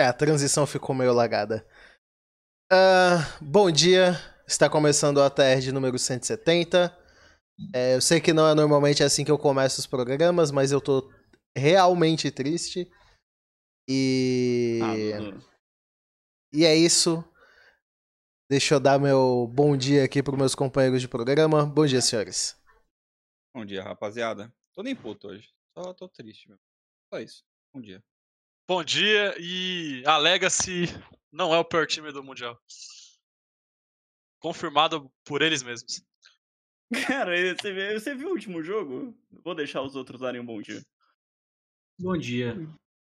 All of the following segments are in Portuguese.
A transição ficou meio lagada. Bom dia, está começando o ATR de número 170. Eu sei que não é normalmente assim que eu começo os programas, mas eu tô realmente triste. E é isso. Deixa eu dar meu bom dia aqui para meus companheiros de programa. Bom dia, senhores. Bom dia, rapaziada. Tô nem puto hoje. Só tô triste, meu. Só isso. Bom dia. Bom dia e a Legacy não é o pior time do Mundial. Confirmado por eles mesmos. Cara, você viu o último jogo? Vou deixar os outros darem um bom dia. Bom dia.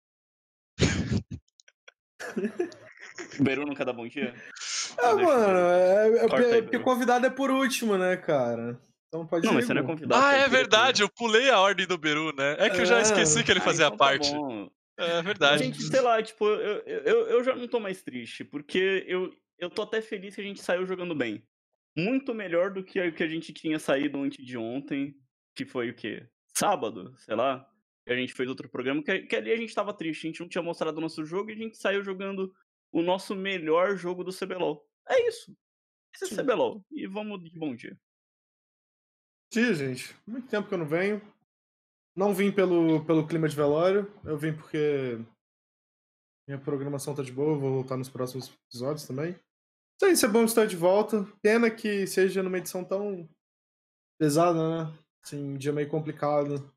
O Beru nunca dá bom dia? Mano, Corta aí, porque Beru. convidado é por último, né, cara? Então pode Não, ir. mas você não é convidado. Ah, cara, é verdade, eu pulei a ordem do Beru, né? É que eu já esqueci que ele fazia então parte. Tá bom. É verdade. Gente, sei lá, tipo, eu já não tô mais triste, porque eu tô até feliz que a gente saiu jogando bem. Muito melhor do que a gente tinha saído antes de ontem, que foi o quê? Sábado, sei lá. Que a gente fez outro programa, que ali a gente tava triste, a gente não tinha mostrado o nosso jogo e a gente saiu jogando o nosso melhor jogo do CBLOL. É isso. Esse é CBLOL. E vamos de bom dia. Dia, gente. Muito tempo que eu não venho. Não vim pelo clima de velório. Eu vim porque minha programação tá de boa. Eu vou voltar nos próximos episódios também. Isso é bom estar de volta. Pena que seja numa edição tão pesada, né? Assim, um dia meio complicado.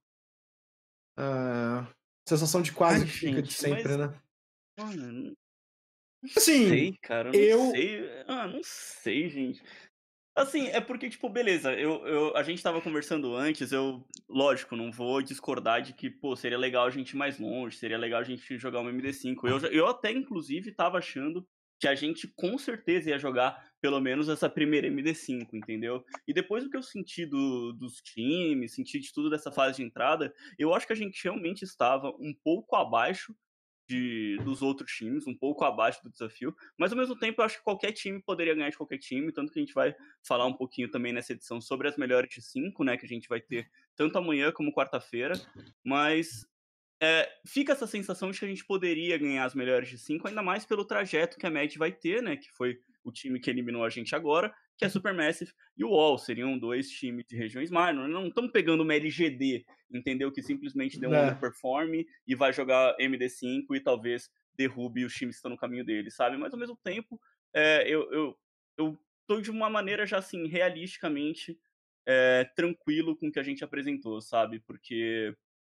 Sensação de quase que fica de sempre, né? Mano, não Assim, sei, cara. Não sei. Não sei, gente. Assim, é porque, tipo, beleza, a gente tava conversando antes, lógico, não vou discordar de que, pô, seria legal a gente ir mais longe, seria legal a gente jogar uma MD5. Eu até, inclusive, tava achando que a gente com certeza ia jogar pelo menos essa primeira MD5, entendeu? E depois do que eu senti dos times, senti de tudo dessa fase de entrada, eu acho que a gente realmente estava um pouco abaixo dos outros times, um pouco abaixo do desafio, mas ao mesmo tempo eu acho que qualquer time poderia ganhar de qualquer time, tanto que a gente vai falar um pouquinho também nessa edição sobre as melhores de 5, né, que a gente vai ter tanto amanhã como quarta-feira, mas fica essa sensação de que a gente poderia ganhar as melhores de 5, ainda mais pelo trajeto que a Mad vai ter, né, que foi o time que eliminou a gente agora, que é Supermassive e o UOL, seriam dois times de regiões minor, não estamos pegando uma LGD, entendeu, que simplesmente deu um underperform e vai jogar MD5 e talvez derrube os times que estão no caminho dele, sabe, mas ao mesmo tempo, eu tô de uma maneira já assim, realisticamente, tranquilo com o que a gente apresentou, sabe, porque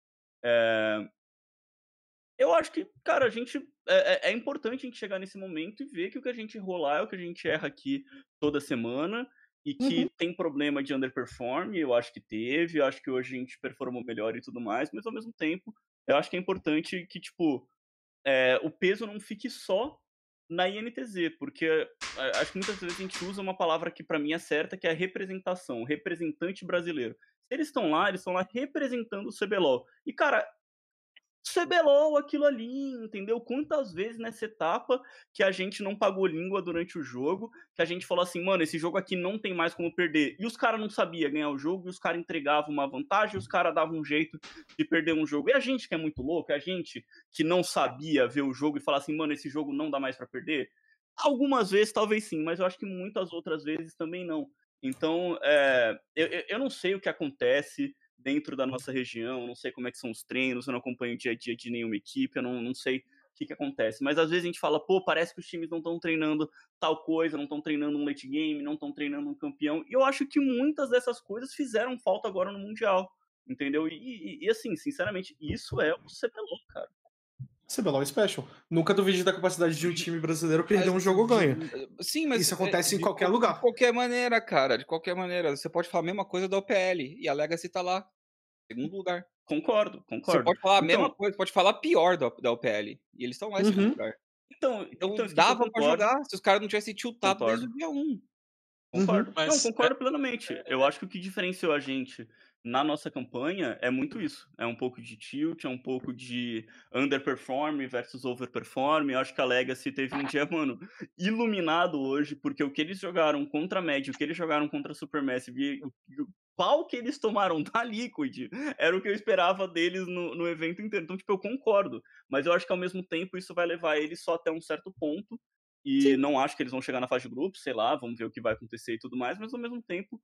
eu acho que, cara, a gente. É importante a gente chegar nesse momento e ver que o que a gente rolar é o que a gente erra aqui toda semana e que tem problema de underperform, eu acho que teve, eu acho que hoje a gente performou melhor e tudo mais, mas ao mesmo tempo, eu acho que é importante que, tipo, o peso não fique só na INTZ, porque acho que muitas vezes a gente usa uma palavra que pra mim é certa, que é a representação, o representante brasileiro. Se eles estão lá representando o CBLOL. E, cara, CBLOL aquilo ali, entendeu? Quantas vezes nessa etapa que a gente não pagou língua durante o jogo, que a gente falou assim, mano, esse jogo aqui não tem mais como perder. E os caras não sabiam ganhar o jogo, e os caras entregavam uma vantagem, e os caras davam um jeito de perder um jogo. E a gente que é muito louco, a gente que não sabia ver o jogo e falar assim, mano, esse jogo não dá mais pra perder. Algumas vezes talvez sim, mas eu acho que muitas outras vezes também não. Então, eu não sei o que acontece dentro da nossa região, não sei como é que são os treinos, eu não acompanho o dia a dia de nenhuma equipe, eu não sei o que acontece. Mas às vezes a gente fala, pô, parece que os times não estão treinando tal coisa, não estão treinando um late game, não estão treinando um campeão. E eu acho que muitas dessas coisas fizeram falta agora no Mundial, entendeu? E assim, sinceramente, isso é o CBLOL, cara. CBLOL Special. Nunca duvide da capacidade de um time brasileiro perder um jogo ganho. Sim, mas isso acontece em qualquer lugar. De qualquer maneira, cara, de qualquer maneira. Você pode falar a mesma coisa da OPL e a Legacy tá lá, segundo lugar. Concordo. Você pode falar a mesma coisa, pode falar pior da OPL e eles estão lá em segundo lugar. Então dava pra jogar se os caras não tivessem tiltado desde o dia 1. Concordo. Mas, concordo plenamente. Eu acho que o que diferenciou a gente na nossa campanha é muito isso. É um pouco de tilt, é um pouco de underperform versus overperform. Eu acho que a Legacy teve um dia, mano, iluminado hoje, porque o que eles jogaram contra a Mad, o que eles jogaram contra a Supermassive pau que eles tomaram da Liquid era o que eu esperava deles no evento inteiro. Então, tipo, eu concordo. Mas eu acho que ao mesmo tempo isso vai levar eles só até um certo ponto. E não acho que eles vão chegar na fase de grupo, sei lá, vamos ver o que vai acontecer e tudo mais. Mas ao mesmo tempo,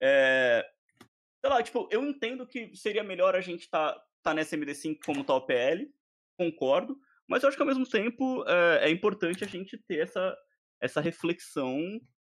sei lá, tipo, eu entendo que seria melhor a gente tá nessa MD5 como tá o PL, concordo. Mas eu acho que ao mesmo tempo é importante a gente ter essa reflexão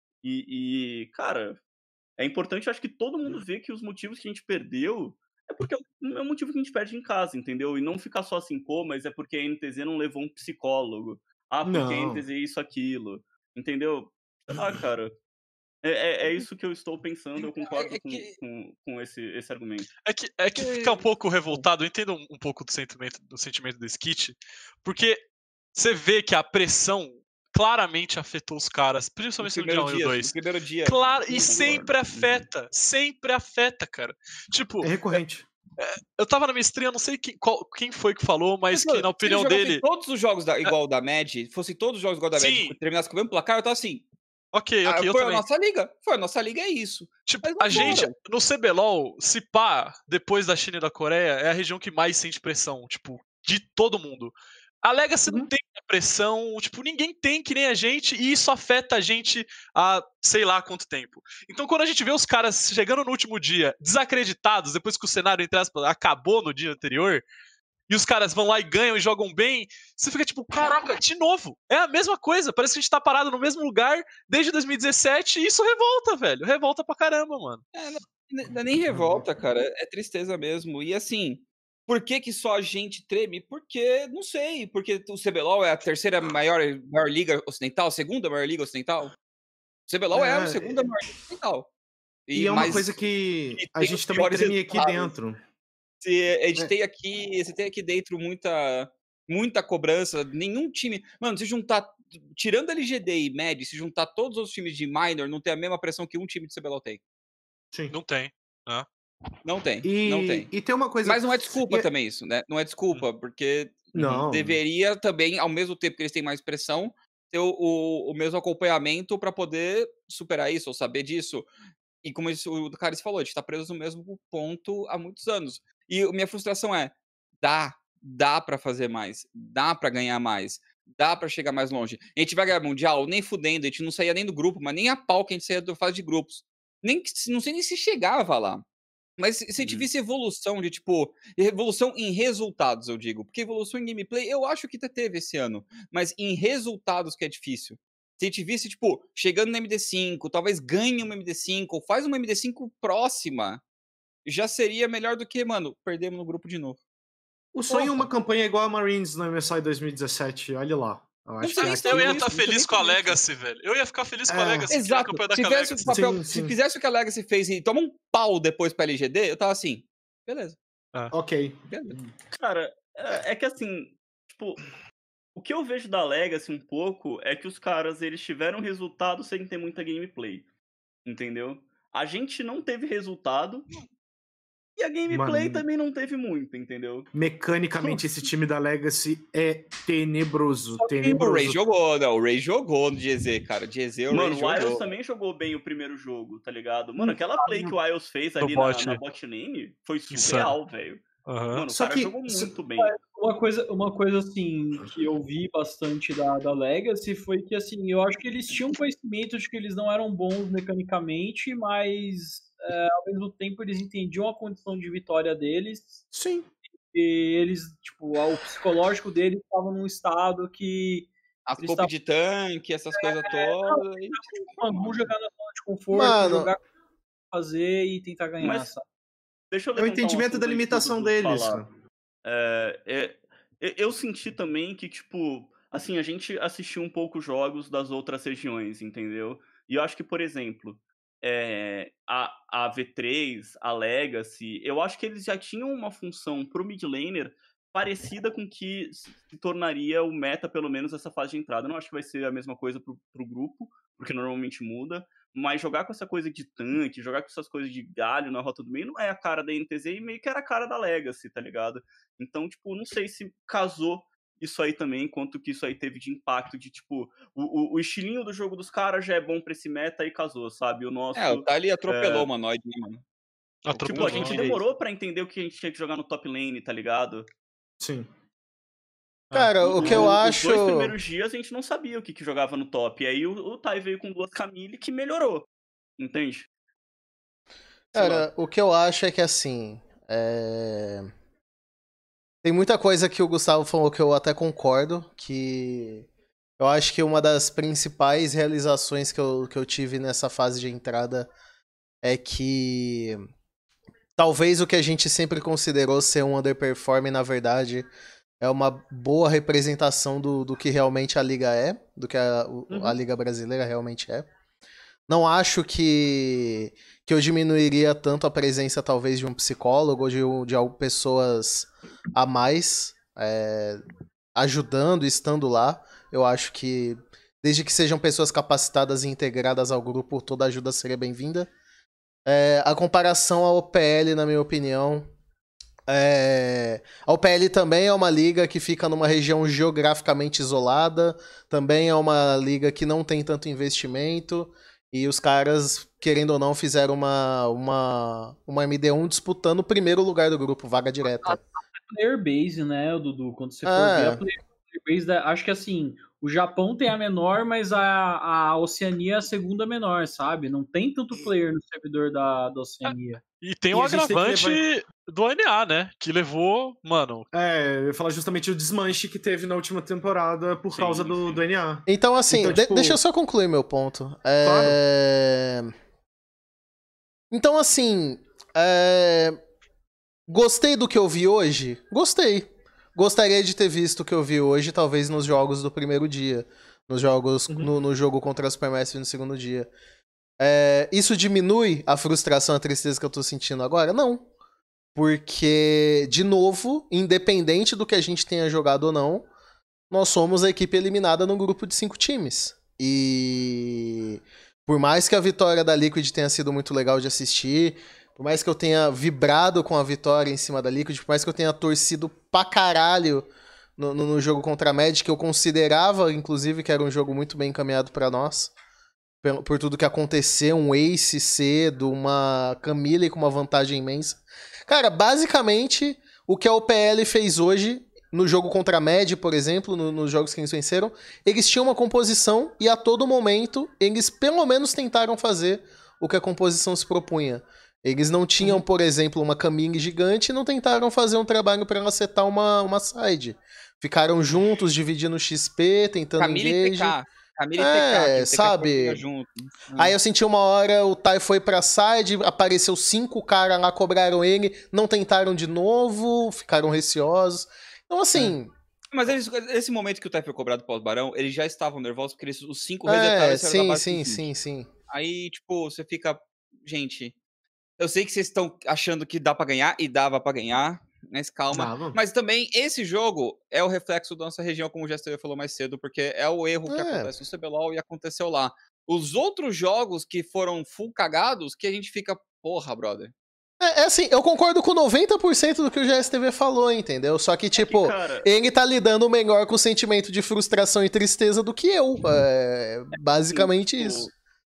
e, cara, é importante, acho que todo mundo vê que os motivos que a gente perdeu é porque é o motivo que a gente perde em casa, entendeu? E não ficar só assim, pô, mas é porque a NTZ não levou um psicólogo. Ah, porque a Não. NTZ isso, aquilo. Entendeu? Sei lá, cara. É isso que eu estou pensando, eu concordo com esse argumento. É que fica um pouco revoltado, eu entendo um pouco do sentimento do Skit, porque você vê que a pressão claramente afetou os caras, No principalmente no dia 1 e o 2. primeiro dia. Claro, Sim, e concordo. sempre afeta, cara. Tipo, É recorrente. eu tava na minha stream, eu não sei quem foi que falou, mas que na opinião se ele dele. jogasse todos os jogos igual da Mad, fossem todos os jogos igual da Mad, Sim. e terminasse com o mesmo placar, eu tava assim. Ok, eu Foi a também. nossa liga. Foi a nossa liga, é isso. Tipo, Mas não a gente, foram. no CBLOL, se pá, depois da China e da Coreia, é a região que mais sente pressão, tipo, de todo mundo. A Legacy não tem pressão, tipo, ninguém tem que nem a gente, e isso afeta a gente há sei lá quanto tempo. Então, quando a gente vê os caras chegando no último dia, desacreditados, depois que o cenário, entre aspas, acabou no dia anterior, e os caras vão lá e ganham e jogam bem, você fica tipo, caraca, de novo, é a mesma coisa, parece que a gente tá parado no mesmo lugar desde 2017 e isso revolta, velho, revolta pra caramba, mano. Não é nem revolta, cara, é tristeza mesmo. E assim, por que só a gente treme? Porque, não sei, porque o CBLOL é a terceira maior liga ocidental, a segunda maior liga ocidental? O CBLOL é a segunda maior liga ocidental. E é uma mas coisa que ele a tem gente os também piores treme aqui resultados. dentro. Você tem aqui dentro muita cobrança, nenhum time. Mano, se juntar, tirando a LGD e MED, se juntar todos os times de minor, não tem a mesma pressão que um time de CBLOL tem. Sim. Não tem, né? Não tem, E, não tem. e tem uma coisa. Mas não é desculpa também isso, né? Não é desculpa, porque Não. deveria também, ao mesmo tempo que eles têm mais pressão, ter o mesmo acompanhamento para poder superar isso, ou saber disso. E como o Caris falou, a gente tá preso no mesmo ponto há muitos anos. E a minha frustração é, dá pra fazer mais, dá pra ganhar mais, dá pra chegar mais longe. A gente vai ganhar Mundial, nem fudendo, a gente não saía nem do grupo, mas nem a pau que a gente saía da fase de grupos. Não sei nem se chegava lá. Mas se a gente visse evolução de, tipo, evolução em resultados, eu digo. Porque evolução em gameplay, eu acho que até teve esse ano. Mas em resultados que é difícil. Se a gente visse, tipo, chegando na MD5, talvez ganhe uma MD5, ou faz uma MD5 próxima, já seria melhor do que, mano, perdemos no grupo de novo. O sonho é uma campanha igual a Marines no MSI 2017, olha lá. Eu acho que Eu ia estar isso, feliz com a independentemente. Legacy, velho. Eu ia ficar feliz com a Legacy, que era a Exato. campanha da Se fizesse Legacy. o papel, Sim, se sim. fizesse o que a Legacy fez e toma um pau depois pra LGD, eu tava assim, beleza. Ok. Cara, é que assim, tipo, o que eu vejo da Legacy um pouco é que os caras, eles tiveram resultado sem ter muita gameplay, entendeu? A gente não teve resultado e a gameplay Mano, também não teve muito, entendeu? mecanicamente esse time da Legacy é tenebroso. Só que o Ray Tenebroso. jogou, não, o Ray jogou no GZ, cara. GZ, o Ray Mano, o jogou. Ios também jogou bem o primeiro jogo, tá ligado? Mano, aquela play que o Ios fez ali na bot lane foi surreal, velho. Mano, o cara jogou muito bem. Uma coisa assim que eu vi bastante da Legacy foi que assim, eu acho que eles tinham conhecimento de que eles não eram bons mecanicamente, mas ao mesmo tempo eles entendiam a condição de vitória deles. Sim. E eles, tipo, o psicológico deles estava num estado que As eles pop de tanque, essas coisas todas. vamos jogar na zona de conforto, Mano, jogar fazer e tentar ganhar, Mas sabe? deixa eu É o levantar um entendimento assunto da antes do limitação Dudu deles. falar. Eu senti também que, tipo, assim, a gente assistiu um pouco jogos das outras regiões, entendeu? E eu acho que, por exemplo, a V3, a Legacy, eu acho que eles já tinham uma função pro mid laner parecida com que se tornaria o meta, pelo menos, essa fase de entrada. Eu não acho que vai ser a mesma coisa pro grupo, porque normalmente muda, mas jogar com essa coisa de tanque, jogar com essas coisas de galho na rota do meio não é a cara da NTZ e meio que era a cara da Legacy, tá ligado? Então, tipo, não sei se casou isso aí também, quanto que isso aí teve de impacto, de, tipo, o estilinho do jogo dos caras já é bom pra esse meta e casou, sabe? O nosso... O Tali atropelou o Humanoid, né, mano? Tipo, a Atropelou. gente demorou pra entender o que a gente tinha que jogar no top lane, tá ligado? Sim. Cara, o que eu acho. Os 2 primeiros dias a gente não sabia o que jogava no top. E aí o Tai veio com 2 Camille que melhorou. Entende? Sei lá. Cara, o que eu acho é que assim. Tem muita coisa que o Gustavo falou que eu até concordo. Que eu acho que uma das principais realizações que eu tive nessa fase de entrada é que talvez o que a gente sempre considerou ser um underperform, na verdade, é uma boa representação do que realmente a liga é, do que a liga brasileira realmente é. Não acho que eu diminuiria tanto a presença, talvez, de um psicólogo ou de pessoas a mais ajudando, estando lá. Eu acho que, desde que sejam pessoas capacitadas e integradas ao grupo, toda ajuda seria bem-vinda. A comparação ao OPL, na minha opinião, a OPL também é uma liga que fica numa região geograficamente isolada, também é uma liga que não tem tanto investimento, e os caras, querendo ou não, fizeram uma MD1 disputando o primeiro lugar do grupo, vaga direta. Player base, né, Dudu? Quando você for ver a player base, acho que assim, o Japão tem a menor, mas a Oceania é a segunda menor, sabe? Não tem tanto player no servidor da Oceania. E tem o agravante do NA, né? Que levou, mano. Eu ia falar justamente o desmanche que teve na última temporada por causa do NA. Então, assim, deixa eu só concluir meu ponto. Claro. Então, assim. Gostei do que eu vi hoje? Gostei. Gostaria de ter visto o que eu vi hoje, talvez nos jogos do primeiro dia. Nos jogos. No jogo contra a Supermassive no segundo dia. Isso diminui a frustração, a tristeza que eu tô sentindo agora? Não. Porque, de novo, independente do que a gente tenha jogado ou não, nós somos a equipe eliminada num grupo de 5 times. E por mais que a vitória da Liquid tenha sido muito legal de assistir, por mais que eu tenha vibrado com a vitória em cima da Liquid, por mais que eu tenha torcido pra caralho no jogo contra a Magic, que eu considerava, inclusive, que era um jogo muito bem encaminhado pra nós, por tudo que aconteceu, um ace cedo, uma Camille com uma vantagem imensa. Cara, basicamente, o que a OPL fez hoje, no jogo contra a Mad, por exemplo, nos jogos que eles venceram, eles tinham uma composição e a todo momento eles pelo menos tentaram fazer o que a composição se propunha. Eles não tinham, por exemplo, uma Camille gigante e não tentaram fazer um trabalho para ela setar uma side. Ficaram juntos, dividindo XP, tentando engage. Camille TK, sabe? Junto. Aí eu senti uma hora, o Tai foi pra side, apareceu 5 caras lá, cobraram ele, não tentaram de novo, ficaram receosos. Então, assim... Mas esse momento que o Tai foi cobrado pós-barão, eles já estavam nervosos, porque os 5 resetaram esse da base. Sim. Aí, tipo, você fica... Gente, eu sei que vocês estão achando que dá pra ganhar, e dava pra ganhar, mas calma. Mas também, esse jogo é o reflexo da nossa região, como o Jester falou mais cedo, porque é o erro que acontece no CBLOL e aconteceu lá. Os outros jogos que foram full cagados, que a gente fica, porra, brother. Assim, eu concordo com 90% do que o GSTV falou, entendeu? Só que, tipo, ele tá lidando melhor com o sentimento de frustração e tristeza do que eu. Basicamente isso.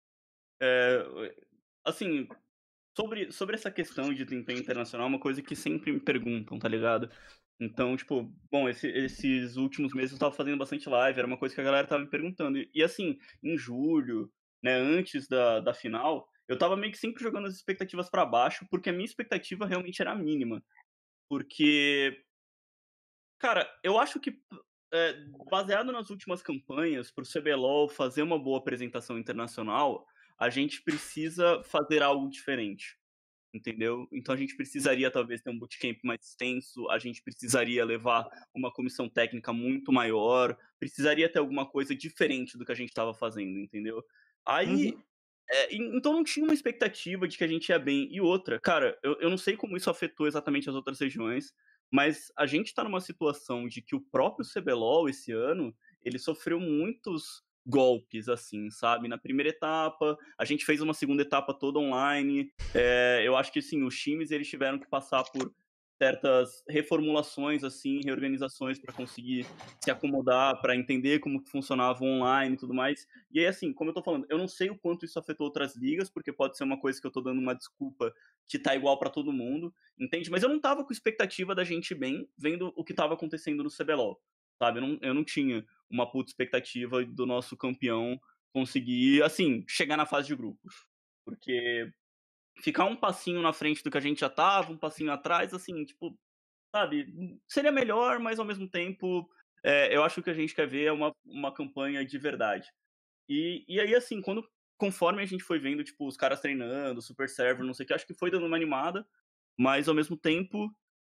Assim... Sobre essa questão de desempenho internacional, uma coisa que sempre me perguntam, tá ligado? Então, tipo, bom, esses últimos meses eu tava fazendo bastante live, era uma coisa que a galera tava me perguntando. E assim, em julho, né, antes da final, eu tava meio que sempre jogando as expectativas pra baixo, porque a minha expectativa realmente era mínima. Porque, cara, eu acho que, baseado nas últimas campanhas, pro CBLOL fazer uma boa apresentação internacional, a gente precisa fazer algo diferente, entendeu? Então a gente precisaria talvez ter um bootcamp mais extenso, a gente precisaria levar uma comissão técnica muito maior, precisaria ter alguma coisa diferente do que a gente estava fazendo, entendeu? Aí, então não tinha uma expectativa de que a gente ia bem. E outra, cara, eu não sei como isso afetou exatamente as outras regiões, mas a gente tá numa situação de que o próprio CBLOL esse ano, ele sofreu muitos golpes, assim, sabe? Na primeira etapa, a gente fez uma segunda etapa toda online. Eu acho que, sim, os times eles tiveram que passar por certas reformulações, assim, reorganizações para conseguir se acomodar, para entender como que funcionava o online e tudo mais. E aí, assim, como eu tô falando, eu não sei o quanto isso afetou outras ligas, porque pode ser uma coisa que eu tô dando uma desculpa que tá igual para todo mundo, entende? Mas eu não tava com expectativa da gente ir bem, vendo o que tava acontecendo no CBLOL, sabe? Eu não tinha uma puta expectativa do nosso campeão conseguir, assim, chegar na fase de grupos. Porque ficar um passinho na frente do que a gente já tava, um passinho atrás, assim, tipo, sabe, seria melhor, mas ao mesmo tempo, eu acho que o que a gente quer ver é uma campanha de verdade. E aí, assim, conforme a gente foi vendo, tipo, os caras treinando, super server, não sei o que, acho que foi dando uma animada, mas ao mesmo tempo,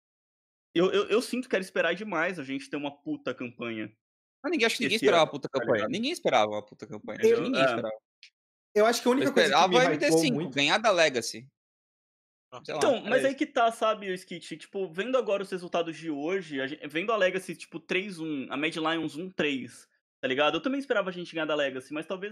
eu sinto que era esperar demais a gente ter uma puta campanha. Mas acho que ninguém Esse esperava ano, uma puta tá campanha. ligado? Ninguém esperava uma puta campanha. Entendeu? Ninguém esperava. Eu acho que a Eu única coisa que me esperava a hypou MD5, muito... ganhar da Legacy. Sei lá, Então, mas era aí que tá, sabe, o Skit, tipo, vendo agora os resultados de hoje, vendo a Legacy, tipo, 3-1, a Mad Lions 1-3, tá ligado? Eu também esperava a gente ganhar da Legacy, mas talvez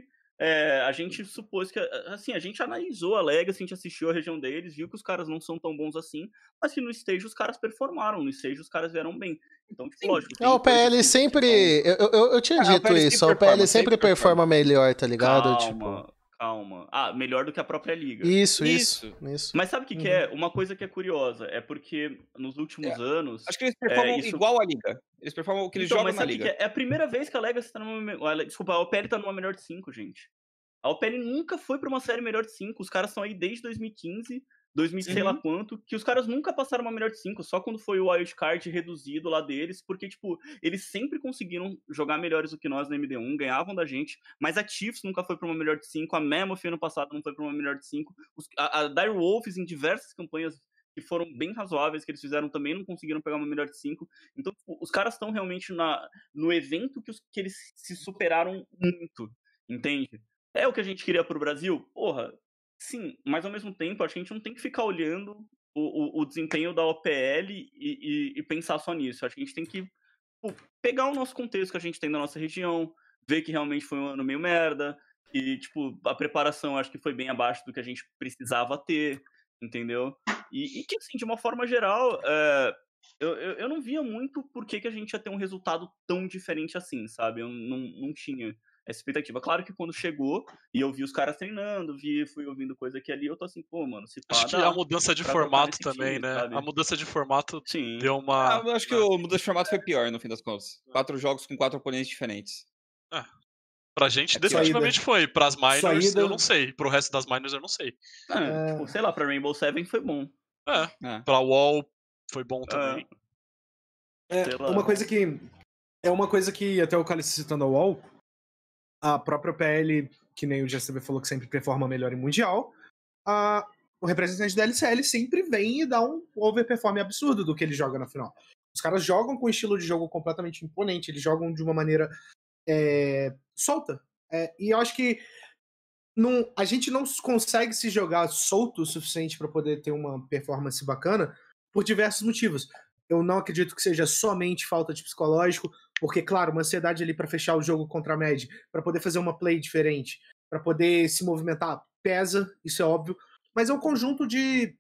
a gente supôs que, assim, a gente analisou a Legacy, a gente assistiu a região deles, viu que os caras não são tão bons assim, mas que no stage os caras performaram, no stage os caras vieram bem. Então, tipo, Sim. lógico, A tem OPL coisas que sempre. Eu tinha a dito OPL sempre isso, a OPL sempre sempre performa melhor, tá ligado? Calma, calma. Ah, melhor do que a própria liga. Isso. Mas sabe o que é? Uma coisa que é curiosa é porque nos últimos anos. Acho que eles performam isso... igual a liga. Eles performam o que eles Então, jogam mas na sabe o que liga. é? É a primeira vez que a Legacy tá numa. Desculpa, a OPL tá numa melhor de 5, gente. A OPL nunca foi pra uma série melhor de 5. Os caras estão aí desde 2015, 2000 sei lá quanto, que os caras nunca passaram uma melhor de 5, só quando foi o wildcard reduzido lá deles, porque, tipo, eles sempre conseguiram jogar melhores do que nós na MD1, ganhavam da gente, mas a Chiefs nunca foi pra uma melhor de 5, a Mammoth ano passado não foi pra uma melhor de 5, a Dire Wolves em diversas campanhas que foram bem razoáveis, que eles fizeram também não conseguiram pegar uma melhor de 5. Então, tipo, os caras estão realmente no evento que eles se superaram muito, entende? É o que a gente queria pro Brasil? Porra, sim, mas ao mesmo tempo, acho que a gente não tem que ficar olhando o desempenho da OPL e pensar só nisso. Acho que a gente tem que pegar o nosso contexto que a gente tem na nossa região, ver que realmente foi um ano meio merda, e, tipo, a preparação acho que foi bem abaixo do que a gente precisava ter, entendeu? E que, assim, de uma forma geral, eu não via muito por que a gente ia ter um resultado tão diferente assim, sabe? Eu não tinha essa expectativa. Claro que quando chegou e eu vi os caras treinando, fui ouvindo coisa aqui ali, eu tô assim, pô, mano, se pá, Acho que a mudança de formato também, né? sabe? A mudança de formato Sim. deu uma... Eu acho que o mudança de formato foi pior, no fim das contas. 4 jogos com 4 oponentes diferentes. Pra gente, É pior. definitivamente foi. Pras minors, Saída- eu não sei. Pro resto das minors, eu não sei. Tipo, sei lá, pra Rainbow Seven foi bom. Pra Wall foi bom também. Sei lá. Uma coisa que... É uma coisa que, até o Cálice citando a UOL, a própria PL, que nem o GSTV falou que sempre performa melhor em Mundial, o representante da LCL sempre vem e dá um overperform absurdo do que ele joga na final. Os caras jogam com um estilo de jogo completamente imponente, eles jogam de uma maneira solta. E eu acho que a gente não consegue se jogar solto o suficiente para poder ter uma performance bacana por diversos motivos. Eu não acredito que seja somente falta de psicológico, porque, claro, uma ansiedade ali para fechar o jogo contra a Mad, para poder fazer uma play diferente, para poder se movimentar, pesa, isso é óbvio, mas é um conjunto de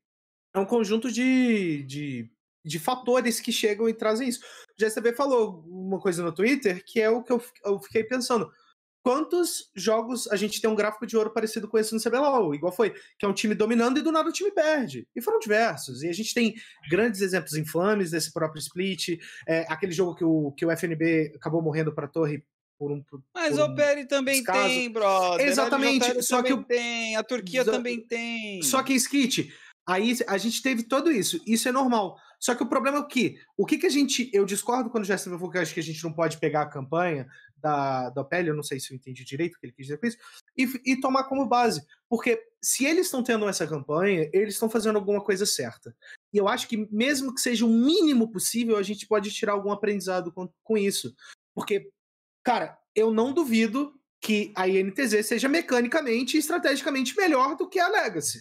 fatores que chegam e trazem isso. O GSTV falou uma coisa no Twitter que é o que eu fiquei pensando. Quantos jogos a gente tem um gráfico de ouro parecido com esse no CBLOL? Igual foi, que é um time dominando e do nada o time perde. E foram diversos. E a gente tem grandes exemplos infames desse próprio split. Aquele jogo que o FNB acabou morrendo pra torre Mas o OPL também tem, brother. Exatamente. Só que tem. A Turquia também tem. Só que, Skit, aí a gente teve tudo isso. Isso é normal. Só que o problema é o que a gente... Eu discordo quando o Jéssica falou que acho que a gente não pode pegar a campanha da OPL, eu não sei se eu entendi direito o que ele quis dizer com isso, e tomar como base. Porque se eles estão tendo essa campanha, eles estão fazendo alguma coisa certa. E eu acho que mesmo que seja o mínimo possível, a gente pode tirar algum aprendizado com isso. Porque, cara, eu não duvido que a INTZ seja mecanicamente e estrategicamente melhor do que a Legacy.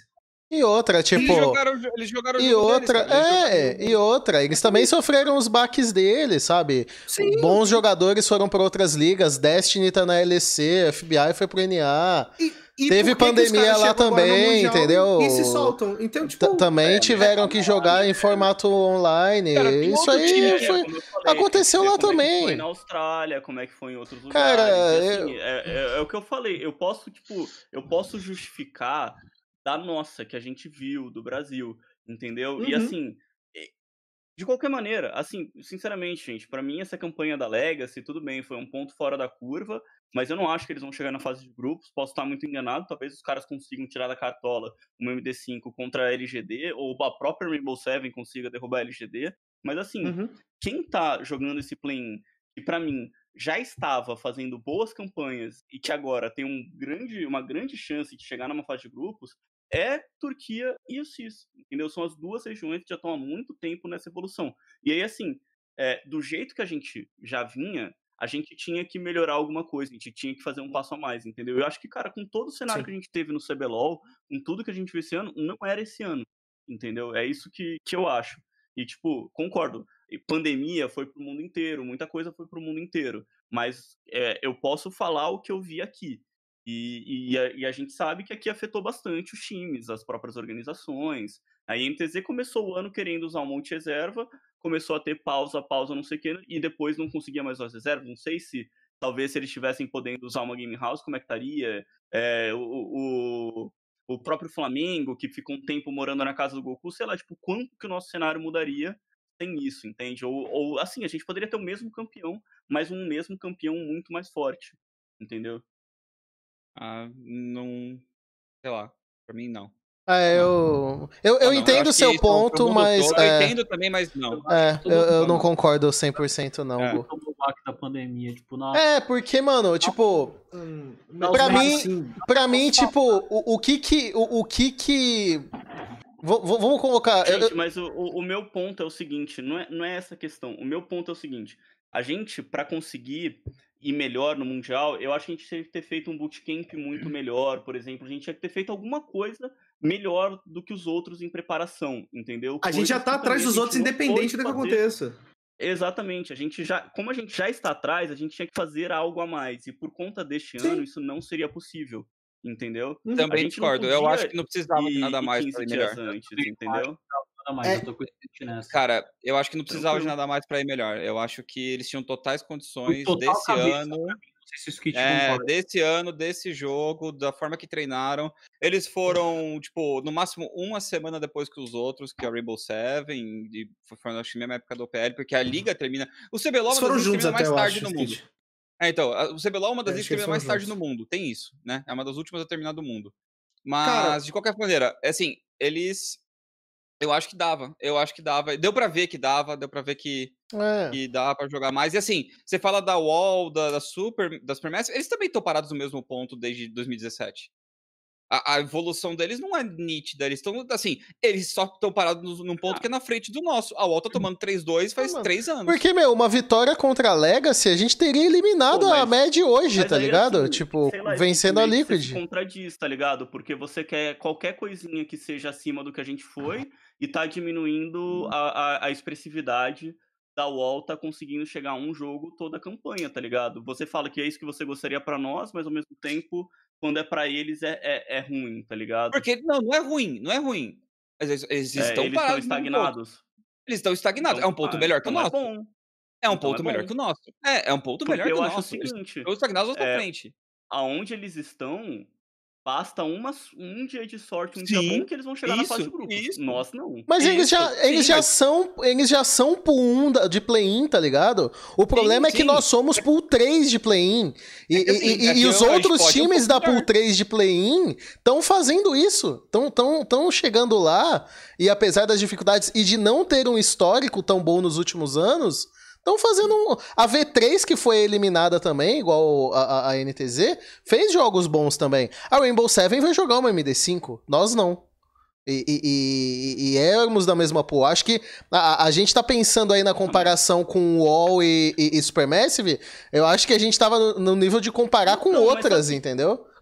E outra, tipo... Eles jogaram o E jogo outra, deles, cara. Eles jogaram o e outra, eles também sofreram os baques deles, sabe? Sim. Bons jogadores foram para outras ligas, Destiny tá na LEC, FBI foi pro NA. E Teve por que que os pandemia caras lá chegam agora no também, Mundial entendeu? E se soltam. Então, tipo, Também tiveram que jogar em formato online. Cara, tem Isso outro time aí que foi... como eu falei, aconteceu tem lá que ver como é que foi também. na Austrália, como é que foi em outros Cara, lugares. E, assim, é o que eu falei. Eu posso justificar da nossa, que a gente viu, do Brasil, entendeu? E Uhum. assim, de qualquer maneira, assim, sinceramente, gente, pra mim essa campanha da Legacy, tudo bem, foi um ponto fora da curva, mas eu não acho que eles vão chegar na fase de grupos, posso estar muito enganado, talvez os caras consigam tirar da cartola uma MD5 contra a LGD, ou a própria Rainbow Seven consiga derrubar a LGD, mas assim, Uhum. quem tá jogando esse play-in, que pra mim já estava fazendo boas campanhas e que agora tem uma grande chance de chegar numa fase de grupos, é Turquia e o CIS, entendeu? São as duas regiões que já estão há muito tempo nessa evolução. E aí, assim, do jeito que a gente já vinha, a gente tinha que melhorar alguma coisa, a gente tinha que fazer um passo a mais, entendeu? Eu acho que, cara, com todo o cenário Sim. que a gente teve no CBLOL, com tudo que a gente viu esse ano, não era esse ano, entendeu? É isso que eu acho. E, tipo, concordo, pandemia foi pro mundo inteiro, muita coisa foi pro mundo inteiro, mas eu posso falar o que eu vi aqui. E a gente sabe que aqui afetou bastante os times, as próprias organizações. A INTZ começou o ano querendo usar um monte de reserva, começou a ter pausa, não sei o quê, e depois não conseguia mais usar as reservas. Não sei se, talvez, se eles estivessem podendo usar uma game house, como é que estaria? O próprio Flamengo, que ficou um tempo morando na casa do Goku, sei lá, tipo, quanto que o nosso cenário mudaria sem isso, entende? Ou assim, a gente poderia ter o mesmo campeão, mas um mesmo campeão muito mais forte, entendeu? Não. Sei lá. Pra mim, não. Eu Não, entendo o acho seu que pro ponto, mundo mas. todo, eu entendo também, mas não. Eu não concordo 100% não, É. Gu. Tomou o baque da pandemia, tipo, nossa. Porque, mano, tipo, pra mim, tipo, o que vamos colocar... Gente, mas o meu ponto é o seguinte, não é essa questão. O meu ponto é o seguinte, a gente, pra conseguir ir melhor no Mundial, eu acho que a gente tinha que ter feito um bootcamp muito melhor, por exemplo. A gente tinha que ter feito alguma coisa melhor do que os outros em preparação, entendeu? A gente já tá atrás dos outros, independente do que aconteça. Exatamente. Como a gente já está atrás, a gente tinha que fazer algo a mais. E por conta deste ano, isso não seria possível. Entendeu? Também discordo. Eu acho que não precisava de nada mais pra ir melhor. Antes, entendeu? Eu tô com esse sentido nessa. Cara, eu acho que não precisava de nada mais pra ir melhor. Eu acho que eles tinham totais condições desse ano. Não sei se o Skit concorda. Desse ano, desse jogo, da forma que treinaram. Eles foram, tipo, no máximo uma semana depois que os outros, que a Rainbow Seven, e foi acho que na mesma época do OPL, porque a liga termina. O CBLOL é uma das ligas que termina mais tarde no mundo. Então, o CBLOL é uma das ligas que termina mais tarde no mundo. Tem isso, né? É uma das últimas a terminar do mundo. Mas, de qualquer maneira, assim, eles. Eu acho que dava. Deu pra ver que dava, deu pra ver que dava pra jogar mais. E assim, você fala da Wall, da Supermassive, eles também estão parados no mesmo ponto desde 2017. A evolução deles não é nítida, eles estão, assim, eles só estão parados num ponto que é na frente do nosso. A Wall tá tomando 3-2 faz 3 anos. Porque, uma vitória contra a Legacy, a gente teria eliminado a Mad hoje, tá ligado? Assim, tipo, sei lá, vencendo a Liquid. Você se contradiz, tá ligado? Porque você quer qualquer coisinha que seja acima do que a gente foi e tá diminuindo a expressividade da Wall, tá conseguindo chegar a um jogo toda a campanha, tá ligado? Você fala que é isso que você gostaria pra nós, mas ao mesmo tempo, quando é pra eles, é ruim, tá ligado? Porque, não é ruim. Eles estão parados. Estagnados. Eles estão estagnados. É um ponto melhor que o nosso. É um ponto melhor que o nosso. É um ponto melhor que o nosso. Eu acho o seguinte, estão estagnados na frente. Aonde eles estão, basta um dia de sorte, um dia bom, que eles vão chegar na fase de grupos. Nós não. Mas eles já são pool 1 de play-in, tá ligado? O problema é que nós somos pool 3 de play-in. E os outros times da pool 3 de play-in estão fazendo isso. Estão chegando lá, e apesar das dificuldades e de não ter um histórico tão bom nos últimos anos, estão fazendo a V3, que foi eliminada também, igual a NTZ, fez jogos bons também. A Rainbow Seven vai jogar uma MD5, nós não. E éramos da mesma pool. Acho que a gente tá pensando aí na comparação com Wall e Supermassive, eu acho que a gente tava no nível de comparar com outras, entendeu?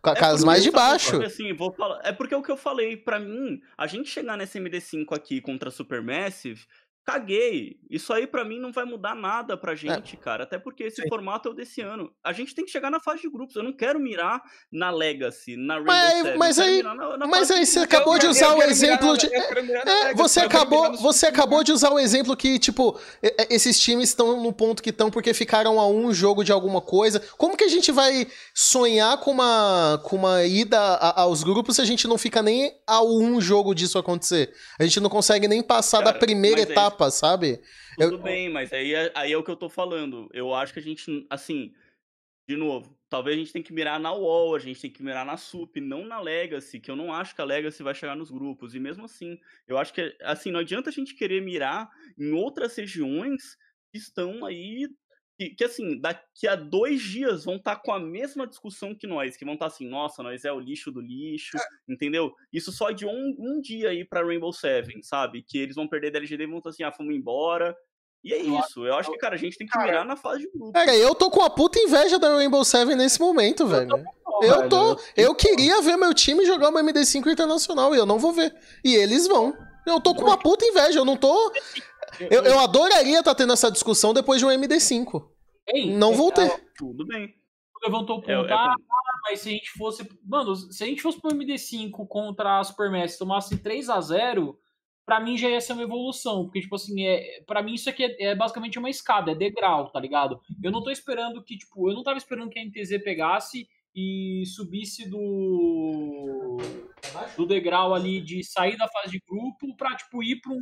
As mais de baixo. Porque, assim, vou falar, é porque é o que eu falei, pra mim, a gente chegar nessa MD5 aqui contra a Supermassive, caguei. Isso aí pra mim não vai mudar nada pra gente, cara. Até porque esse formato é o desse ano. A gente tem que chegar na fase de grupos. Eu não quero mirar na Legacy, na Rainbow Seven. Mas aí você acabou de usar o exemplo de... Você acabou de usar o exemplo que, tipo, esses times estão no ponto que estão porque ficaram a um jogo de alguma coisa. Como que a gente vai sonhar com uma ida aos grupos se a gente não fica nem a um jogo disso acontecer? A gente não consegue nem passar da primeira etapa. Sabe? Tudo bem, mas aí é o que eu tô falando. Eu acho que a gente, assim, de novo, talvez a gente tenha que mirar na UOL, a gente tem que mirar na SUP, não na Legacy, que eu não acho que a Legacy vai chegar nos grupos. E mesmo assim, eu acho que, assim, não adianta a gente querer mirar em outras regiões que estão aí, que assim, daqui a 2 dias vão estar com a mesma discussão que nós, que vão estar assim, nossa, nós é o lixo do lixo, entendeu? Isso só de um dia aí pra Rainbow Seven, sabe? Que eles vão perder da LGD e vão estar assim, fomos embora. E é isso. Eu acho que, cara, a gente tem que mirar na fase de grupo. Cara, eu tô com a puta inveja da Rainbow Seven nesse momento, velho. Eu queria ver meu time jogar uma MD5 internacional e eu não vou ver. E eles vão. Eu tô com uma puta inveja, eu não tô... Eu adoraria estar tendo essa discussão depois de um MD5. Não vou ter. Tudo bem. Levantou o ponto, mas se a gente fosse... Mano, se a gente fosse pro MD5 contra a Supermassive, tomasse 3-0, pra mim já ia ser uma evolução. Porque, tipo assim, pra mim isso aqui é basicamente uma escada, é degrau, tá ligado? Eu não tô esperando que, tipo... Eu não tava esperando que a NTZ pegasse e subisse do degrau ali de sair da fase de grupo pra, tipo, ir pra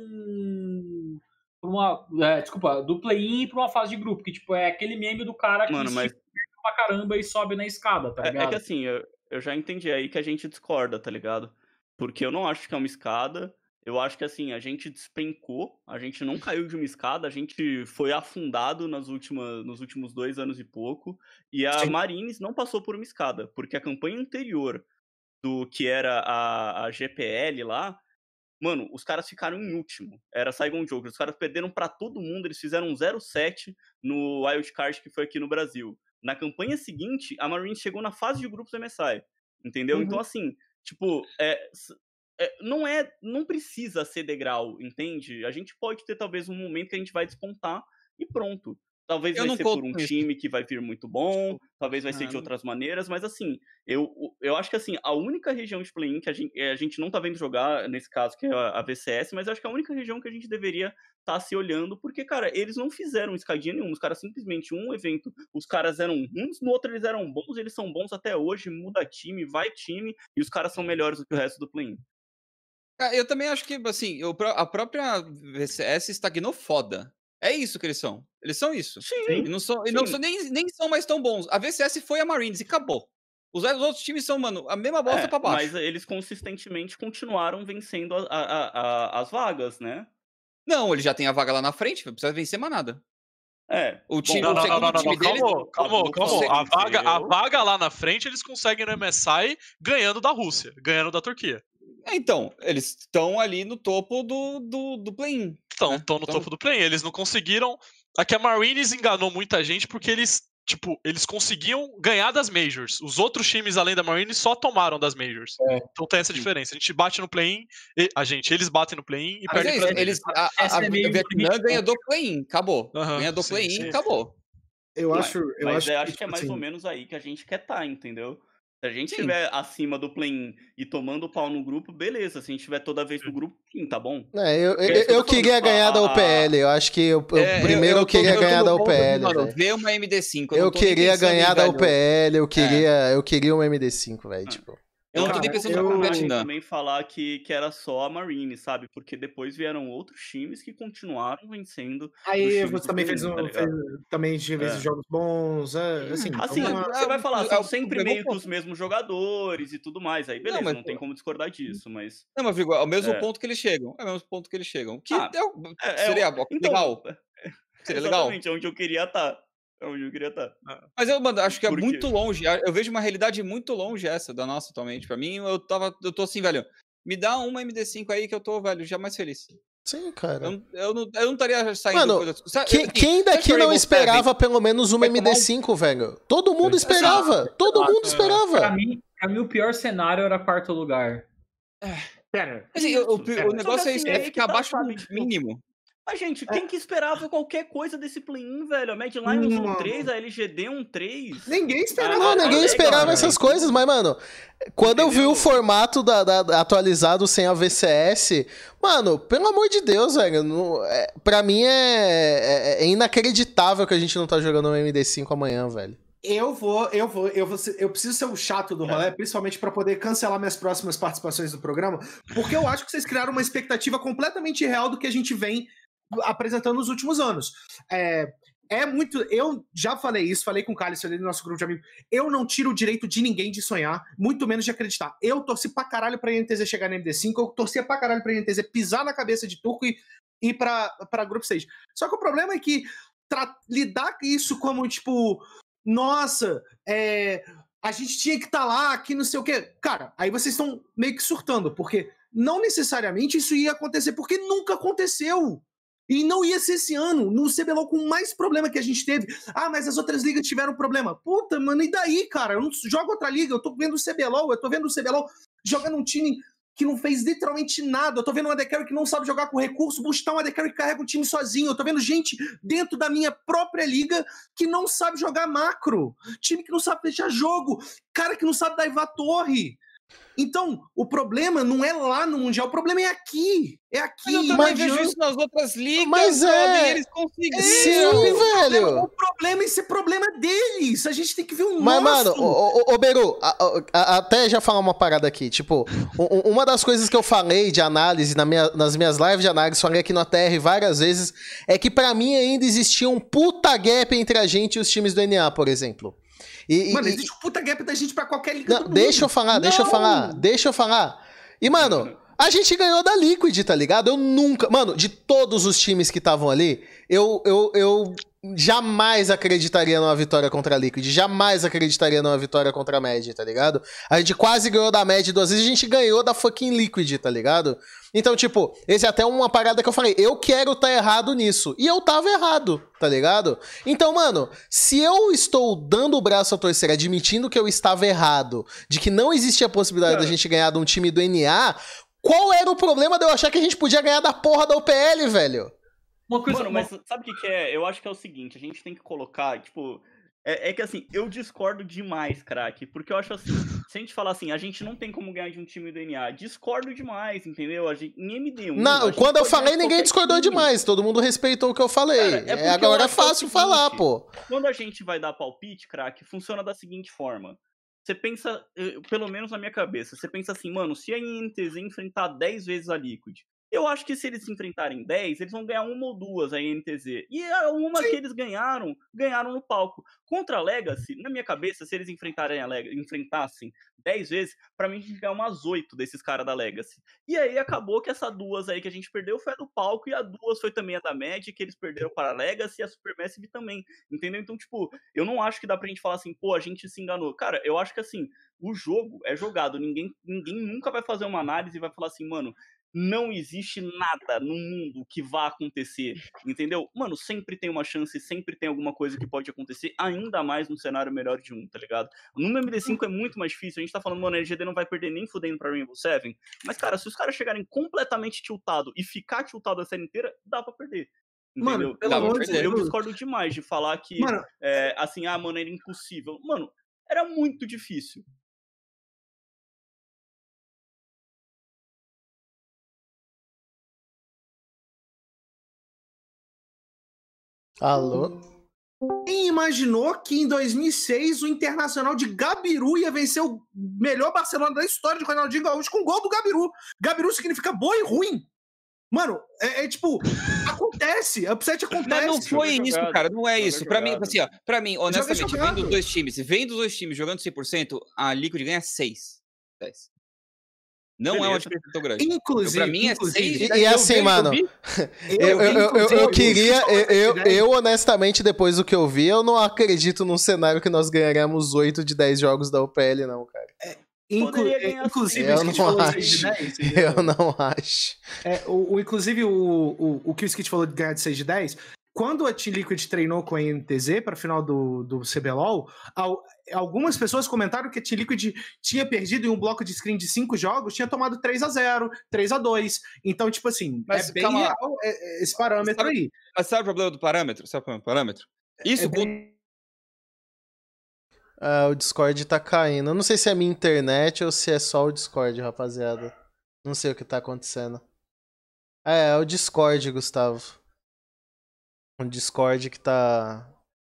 do play-in pra uma fase de grupo, que, tipo, é aquele meme do cara que pra caramba e sobe na escada, tá ligado? É que, assim, eu já entendi, é aí que a gente discorda, tá ligado? Porque eu não acho que é uma escada, eu acho que, assim, a gente despencou, a gente não caiu de uma escada, a gente foi afundado nos últimos 2 anos e pouco, e a Marines não passou por uma escada, porque a campanha anterior do que era a GPL lá, mano, os caras ficaram em último. Era Saigon Joker. Os caras perderam pra todo mundo. Eles fizeram um 0-7 no Wildcard que foi aqui no Brasil. Na campanha seguinte, a Marines chegou na fase de grupos do MSI. Entendeu? Então, assim, tipo, não precisa ser degrau, entende? A gente pode ter, talvez, um momento que a gente vai despontar e pronto. Talvez vai ser por um time que vai vir muito bom, talvez vai ser de outras maneiras, mas assim, eu acho que assim, a única região de play-in que a gente não tá vendo jogar, nesse caso, que é a VCS, mas eu acho que é a única região que a gente deveria estar se olhando, porque, cara, eles não fizeram escadinha nenhuma, os caras simplesmente, um evento, os caras eram ruins, no outro eles eram bons, eles são bons até hoje, muda time, vai time, e os caras são melhores do que o resto do play-in. Eu também acho que, assim, a própria VCS estagnou foda. É isso que eles são. Eles são isso. Sim. E não são, nem são mais tão bons. A VCS foi a Marines e acabou. Os outros times são, mano, a mesma bosta pra baixo. Mas eles consistentemente continuaram vencendo as vagas, né? Não, ele já tem a vaga lá na frente, não precisa vencer mais nada. O segundo time deles... Calma. A vaga lá na frente eles conseguem no MSI ganhando da Rússia, ganhando da Turquia. Então, eles estão ali no topo do play-in. Estão no topo do play-in. Eles não conseguiram... Aqui a Marines enganou muita gente porque eles conseguiam ganhar das Majors. Os outros times, além da Marines, só tomaram das Majors. Então tem essa diferença. A gente bate no play-in, eles batem no play-in e perdem pra eles. A Vietnã ganha do play-in, acabou. Ganha do play-in, acabou. Eu acho que é mais ou menos aí que a gente quer estar, entendeu? Se a gente estiver acima do play-in e tomando pau no grupo, beleza. Se a gente estiver toda vez no grupo, sim, tá bom. Eu queria ganhar da UPL. Eu acho que primeiro eu queria ganhar da UPL. Mano, ver uma MD5. Eu queria ganhar da UPL. Eu queria uma MD5, velho. Tipo. Eu não tô nem pensando no Vietnã. Também falar que era só a Marine, sabe? Porque depois vieram outros times que continuaram vencendo. Aí você também também fez jogos bons, assim. Você vai falar, são sempre meio que os mesmos jogadores e tudo mais. Aí beleza, não tem como discordar disso, mas... Não, mas Vigo, é o mesmo ponto que eles chegam. É o mesmo ponto que eles chegam. Que seria legal. Seria legal. Exatamente, é onde eu queria estar. Mas eu acho que é muito longe. Eu vejo uma realidade muito longe essa da nossa atualmente. Pra mim, eu tô assim, velho. Me dá uma MD5 aí que eu tô, velho, já mais feliz. Sim, cara. Eu não estaria saindo Mano, coisa. Quem daqui não esperava pelo menos uma vai tomar MD5, velho? Todo mundo esperava. Todo mundo Pra esperava. mim, o pior cenário era quarto lugar. Pera. Assim, o negócio assim, é aí que ficar tá, abaixo sabe, do tipo, mínimo. Mas, gente, quem que esperava qualquer coisa desse play-in, velho? A Mad Lions 1-3, a LGD 1-3. Ninguém esperava. Não, ninguém Legal, esperava cara. essas coisas, mas, mano, quando eu vi Entendeu? o formato da atualizado sem a VCS, mano, pelo amor de Deus, velho, pra mim é inacreditável que a gente não tá jogando um MD5 amanhã, velho. Eu preciso ser o chato do rolê, principalmente pra poder cancelar minhas próximas participações do programa, porque eu acho que vocês criaram uma expectativa completamente irreal do que a gente vem apresentando nos últimos anos. Muito. Eu já falei isso, falei com o Carlos, falei no nosso grupo de amigos. Eu não tiro o direito de ninguém de sonhar, muito menos de acreditar. Eu torci pra caralho pra INTZ chegar na MD5, eu torcia pra caralho pra INTZ pisar na cabeça de Turco e ir pra Group Stage. Só que o problema é que lidar isso como, tipo, nossa, a gente tinha que estar lá, que não sei o quê. Cara, aí vocês estão meio que surtando, porque não necessariamente isso ia acontecer, porque nunca aconteceu. E não ia ser esse ano, no CBLOL com mais problema que a gente teve. Ah, mas as outras ligas tiveram problema. Puta, mano, e daí, cara? Eu não jogo outra liga, eu tô vendo o CBLOL, jogando um time que não fez literalmente nada. Eu tô vendo um AD Carry que não sabe jogar com recurso, buscar um AD Carry que carrega um time sozinho. Eu tô vendo gente dentro da minha própria liga que não sabe jogar macro. Time que não sabe fechar jogo. Cara que não sabe daivar torre. Então, o problema não é lá no Mundial, o problema é aqui. É aqui. Mas eu também vejo isso nas outras ligas, Mas eles conseguiram. Sim, velho. O problema é esse problema deles. A gente tem que ver o Mas, nosso. mano, ô Beru, até já falar uma parada aqui. Tipo, uma das coisas que eu falei de análise nas minhas lives de análise, falei aqui no ATR várias vezes, é que pra mim ainda existia um puta gap entre a gente e os times do NA, por exemplo. Mano, existe um puta gap da gente pra qualquer liga do mundo. Deixa eu falar. E, mano, a gente ganhou da Liquid, tá ligado? Eu nunca... Mano, de todos os times que estavam ali, eu jamais acreditaria numa vitória contra a Liquid. Jamais acreditaria numa vitória contra a Mad, tá ligado? A gente quase ganhou da Mad 2 vezes, a gente ganhou da fucking Liquid, tá ligado? Então, tipo, esse é até uma parada que eu falei, eu quero estar errado nisso. E eu tava errado, tá ligado? Então, mano, se eu estou dando o braço a torcer, admitindo que eu estava errado, de que não existia a possibilidade da gente ganhar de um time do NA, qual era o problema de eu achar que a gente podia ganhar da porra da UPL, velho? Uma coisa, Mano, mas sabe o que é? Eu acho que é o seguinte, a gente tem que colocar, tipo... É que assim, eu discordo demais, craque, porque eu acho assim, se a gente falar assim, a gente não tem como ganhar de um time do NA, discordo demais, entendeu? Em MD1... Não, quando eu falei, ninguém discordou time. demais, todo mundo respeitou o que eu falei. Cara, Agora é eu acho que é o fácil seguinte, falar, pô. Quando a gente vai dar palpite, craque, funciona da seguinte forma. Você pensa, pelo menos na minha cabeça, você pensa assim, mano, se a INTZ enfrentar 10 vezes a Liquid, eu acho que se eles se enfrentarem 10, eles vão ganhar uma ou duas a INTZ. E a uma que eles ganharam no palco. Contra a Legacy, na minha cabeça, se eles enfrentassem 10 vezes, pra mim a gente ganhar umas 8 desses caras da Legacy. E aí acabou que essa duas aí que a gente perdeu foi a do palco, e a duas foi também a da Magic, que eles perderam para a Legacy, e a Supermassive também. Entendeu? Então, tipo, eu não acho que dá pra gente falar assim, pô, a gente se enganou. Cara, eu acho que assim, o jogo é jogado. Ninguém nunca vai fazer uma análise e vai falar assim, mano, não existe nada no mundo que vá acontecer, entendeu? Mano, sempre tem uma chance, sempre tem alguma coisa que pode acontecer, ainda mais num cenário melhor de um, tá ligado? No MD5 é muito mais difícil, a gente tá falando, mano, a LGD não vai perder nem fudendo pra Rainbow Seven, mas, cara, se os caras chegarem completamente tiltado e ficar tiltado a série inteira, dá pra perder. Entendeu? Mano, pelo amor de Deus. Eu discordo demais de falar que, mano, assim, mano, era impossível. Mano, era muito difícil. Alô? Quem imaginou que em 2006 o Internacional de Gabiru ia vencer o melhor Barcelona da história de Ronaldinho Gaúcho com gol do Gabiru? Gabiru significa bom e ruim. Mano, tipo, acontece. Upset acontece. Mas não foi isso, jogado, cara. Não é joga isso. Pra mim, jogado. assim, ó, pra mim, honestamente, jogado. vendo os dois times jogando 100%, a Liquid ganha 6. 10. Não é uma Beleza. diferença tão grande. Inclusive, Pra mim é 6. E assim, mano, eu queria, eu honestamente, depois do que eu vi, eu não acredito num cenário que nós ganharemos 8 de 10 jogos da UPL, não, cara. poderia ganhar Inclusive, Eu o Skit não falou acho. de 6 de 10. entendeu? Eu não acho. Inclusive, o que o Skit falou de ganhar de 6 de 10, quando a Team Liquid treinou com a NTZ para a final do CBLOL, algumas pessoas comentaram que a Team Liquid tinha perdido em um bloco de screen de 5 jogos, tinha tomado 3-0, 3-2. Então, tipo assim, Mas é bem calma lá. real esse parâmetro aí. Mas sabe o problema do parâmetro? Sabe o problema do parâmetro? Isso O Discord tá caindo. Eu não sei se é a minha internet ou se é só o Discord, rapaziada. Não sei o que tá acontecendo. É o Discord, Gustavo. O Discord que tá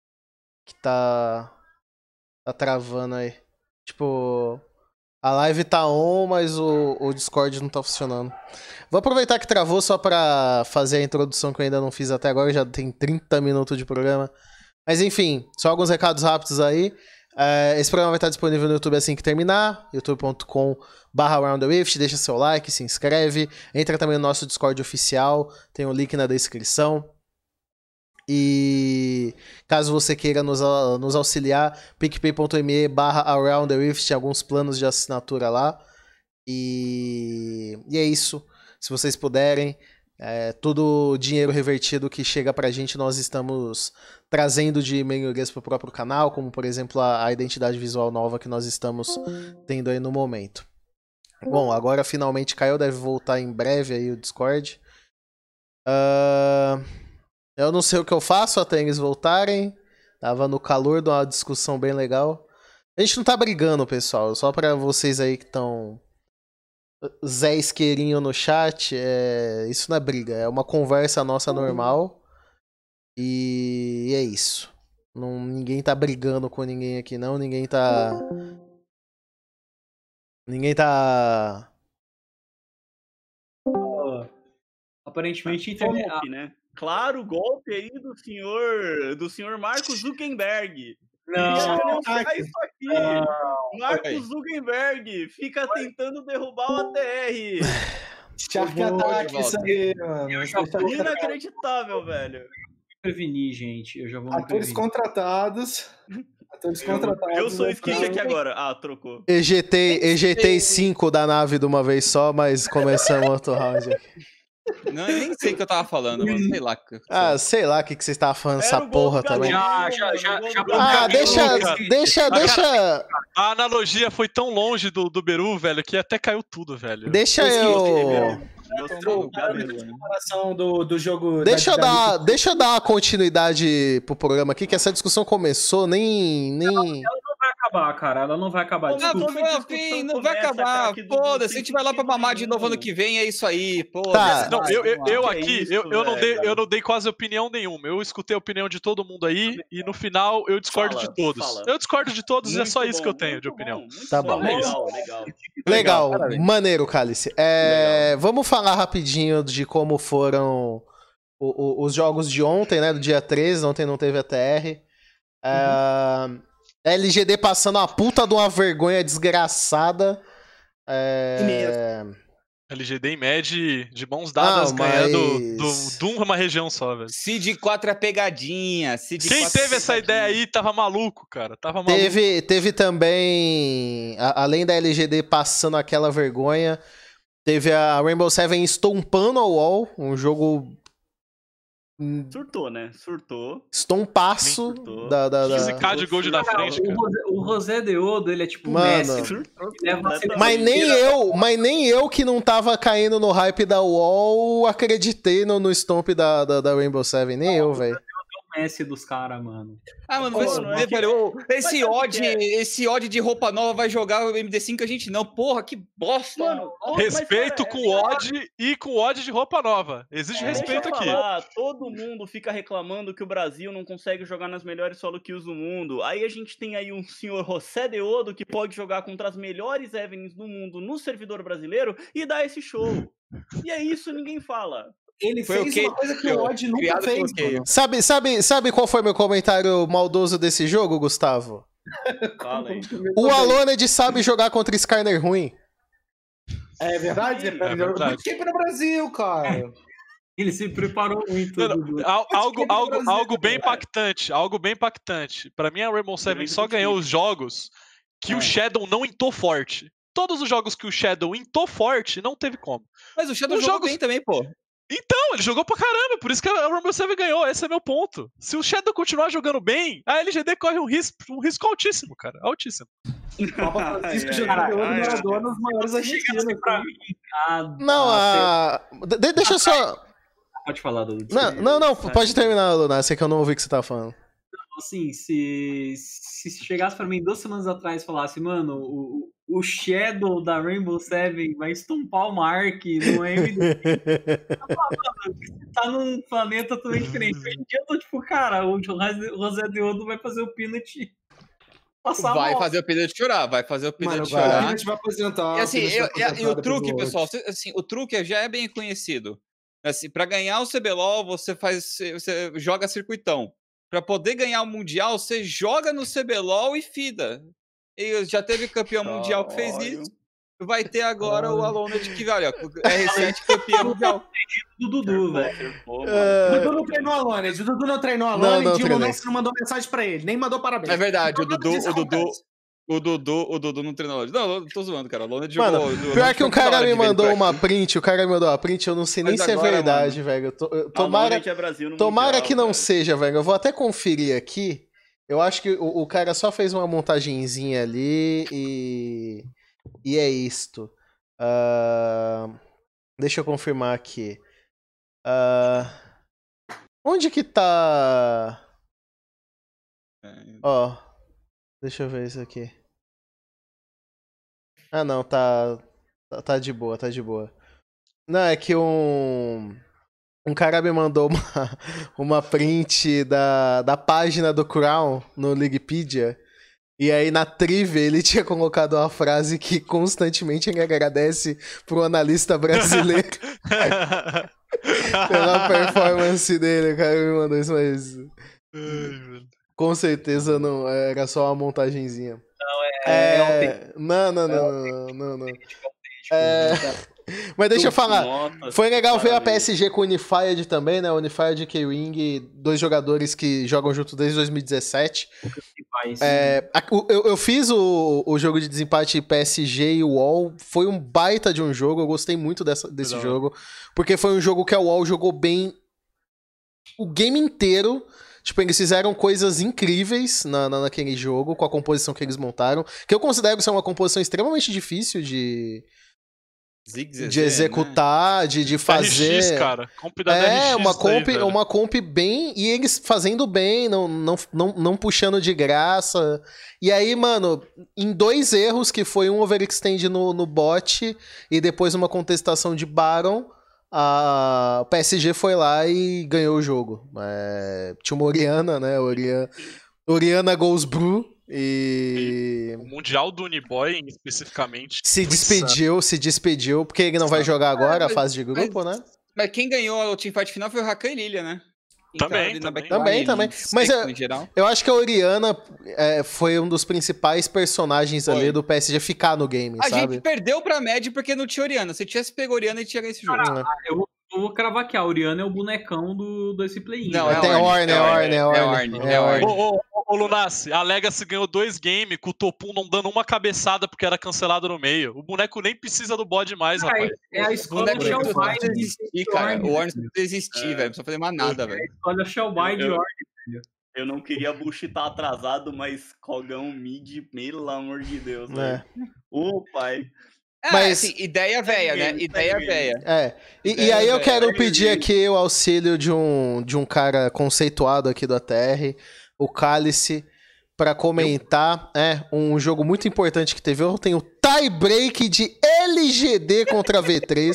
travando aí. Tipo, a live tá on, mas o Discord não tá funcionando. Vou aproveitar que travou só pra fazer a introdução que eu ainda não fiz até agora. Já tem 30 minutos de programa. Mas enfim, só alguns recados rápidos aí. Esse programa vai estar disponível no YouTube assim que terminar. youtube.com/AroundTheRift. Deixa seu like, se inscreve. Entra também no nosso Discord oficial. Tem o link na descrição. E caso você queira nos auxiliar, picpay.me/AroundTheRift, tem alguns planos de assinatura lá. E é isso. Se vocês puderem, todo o dinheiro revertido que chega pra gente, nós estamos trazendo de melhorias pro próprio canal, como por exemplo a identidade visual nova que nós estamos tendo aí no momento. Bom, agora finalmente caiu, deve voltar em breve aí o Discord. Eu não sei o que eu faço até eles voltarem. Tava no calor de uma discussão bem legal. A gente não tá brigando, pessoal. Só pra vocês aí que estão Zé Isqueirinho no chat. Isso não é briga. É uma conversa nossa normal. E é isso. Ninguém tá brigando com ninguém aqui, não. Ninguém tá... Aparentemente, Golpe, né? Claro, golpe aí do senhor Marcos Zuckerberg. Não, Denunciar isso aqui. Marcos Zuckerberg fica tentando derrubar o ATR. Shark Attack, isso aí, mano. Inacreditável, velho. prevenir, gente. Eu já vou me Atores prevenir. contratados. Eu sou o Skit aqui agora. Ah, trocou. Ejetei 5 da nave de uma vez só, mas começamos outro round aqui. Não, eu nem sei o que eu tava falando, mano. Sei lá. Sei lá o que vocês estavam falando dessa porra também. Deixa. A analogia foi tão longe do Beru, velho, que até caiu tudo, velho. Deixa eu. Do jogo. Deixa eu dar uma continuidade pro programa aqui, que essa discussão começou, nem. Vai acabar, cara. Ela não vai acabar. Não vai acabar. Foda-se, a gente vai lá pra mamar de novo ano que vem, é isso aí. Tá. Não, eu não dei quase opinião nenhuma. Eu escutei a opinião de todo mundo aí e no final eu discordo de todos. Eu discordo de todos e é só isso que eu tenho de opinião. Tá bom. Legal. Maneiro, Cálice. Vamos falar rapidinho de como foram os jogos de ontem, né? Do dia 13. Ontem não teve ATR. LGD passando uma puta de uma vergonha desgraçada. LGD em média de mãos dadas ganhando de uma região só, velho. Seed 4 é pegadinha. Quem teve essa ideia aí tava maluco, cara. Teve também, além da LGD passando aquela vergonha, teve a Rainbow Seven estompando a wall, um jogo... Surtou, né? Estompaço da 15k de gold na frente, cara. O José Deodo, ele é tipo Mano, Messi. Mas nem eu que não tava caindo no hype da wall acreditei no stomp da Rainbow Seven, nem eu, velho. Messi dos caras, mano. Mano, velho, esse odd de roupa nova vai jogar o MD5 a gente não. Porra, que bosta. Mano, respeito com o odd e com o odd de roupa nova. Existe respeito aqui. Todo mundo fica reclamando que o Brasil não consegue jogar nas melhores solo kills do mundo. Aí a gente tem aí um senhor José Deodo que pode jogar contra as melhores Evens do mundo no servidor brasileiro e dar esse show. E é isso, ninguém fala. Ele fez uma coisa que o Odd nunca fez. Sabe qual foi meu comentário maldoso desse jogo, Gustavo? Fala aí. O Aloned sabe jogar contra Skyner ruim. É verdade? É verdade. Muito tempo no Brasil, cara. Ele se preparou muito. Algo bem impactante. Pra mim, a Rainbow Seven só ganhou os jogos que o Shadow não entou forte. todos os jogos que o Shadow intou forte, não teve como. Mas o Shadow Os jogou jogos- bem também, pô. Então, ele jogou pra caramba, por isso que a Rumble 7 ganhou, esse é meu ponto. Se o Shadow continuar jogando bem, a LGD corre um risco altíssimo, cara, altíssimo. Papa Francisco ai, já ai, ganhou do ai, Maradona, os maiores argentinos. Não, deixa eu só... Pode falar, Dudu. Não, pode terminar, Luna, sei que eu não ouvi o que você tá falando. Assim, se chegasse pra mim 2 semanas atrás e falasse, mano, o Shadow da Rainbow Seven vai estompar o Mark no MD, tá num planeta totalmente diferente. Hoje em dia eu tô tipo, cara, o José Deodo vai fazer o Peanut passar Vai mal. fazer o Peanut chorar, vai fazer o Mano, Peanut o chorar. Peanut vai aposentar. E assim, o Peanut vai aposentar e o depois truque, do Worlds. pessoal, assim, o truque já é bem conhecido. Assim, para ganhar o CBLOL, você joga circuitão. Para poder ganhar o Mundial, você joga no CBLOL e fida. E já teve campeão mundial que fez Caralho. isso. Vai ter agora o Aloned que, olha, R7 campeão mundial. Do Dudu, velho. O Dudu não treinou a Loned. O Dudu não treinou a Loned não e o treinei. Lunox não mandou mensagem pra ele. Nem mandou parabéns. É verdade, Então, nada disso acontece. o Dudu não treinou hoje. Não, eu tô zoando, cara. O Aloned Mano, jogou. pior que um cara me mandou uma print, eu não sei nem Mas se é agora, verdade, velho. Tomara É Brasil no tomara Mundial, que não velho. seja, velho. Eu vou até conferir aqui. Eu acho que o cara só fez uma montagenzinha ali e é isto. Deixa eu confirmar aqui. Onde que tá... Ó, deixa eu ver isso aqui. Ah, não, tá de boa, tá de boa. Não, é que um cara me mandou uma print da página do Crown no Leaguepedia. E aí na trivia ele tinha colocado uma frase que constantemente ele agradece pro analista brasileiro pela performance dele. O cara me mandou isso, mas com certeza não, era só uma montagenzinha. Não. Mas deixa eu falar. Nossa, Foi legal ver a parabéns. PSG com o Unified também, né? Unified e K-Wing, 2 jogadores que jogam junto desde 2017. Eu fiz o jogo de desempate PSG e o UOL. Foi um baita de um jogo. Eu gostei muito desse jogo. Porque foi um jogo que a UOL jogou bem o game inteiro. Tipo, eles fizeram coisas incríveis naquele jogo, com a composição que eles montaram. Que eu considero ser uma composição extremamente difícil de executar, né? de fazer. RX, cara. Comp da RX uma comp bem. E eles fazendo bem, não puxando de graça. E aí, mano, em 2 erros, que foi um overextend no bot e depois uma contestação de Baron, a PSG foi lá e ganhou o jogo. Tinha uma Oriana, né? Oriana Goes Brew. E o Mundial do Uniboy, especificamente. se despediu, porque ele não vai jogar agora a fase de grupo, né? Mas quem ganhou o teamfight final foi o Rakan e Lilia, né? Também. Mas eu acho que a Oriana foi um dos principais personagens ali do PSG ficar no game, a sabe? gente perdeu pra Mad porque não tinha Oriana. Se tivesse pego Oriana, a gente ia ganhar esse jogo. Eu vou cravar aqui, a Oriana é o bonecão desse play-in. Não, Tem Orne. Ô, Lunassi, a Legacy ganhou 2 games com o Topum não dando uma cabeçada porque era cancelado no meio. O boneco nem precisa do bode mais, rapaz. É a escola O Shellby precisa de existir, cara. O Orne precisa existir, velho. Não precisa fazer mais nada, velho. É a escola Shellby de Orne. Eu não queria buchitar atrasado, mas Cogão mid, pelo amor de Deus, velho. Ô, pai. Mas- assim, ideia velha, né? Ideia velha. E aí eu quero pedir aqui o auxílio de um cara conceituado aqui do ATR, o Cálice, pra comentar um jogo muito importante que teve. Eu tenho o tie-break de LGD contra V3.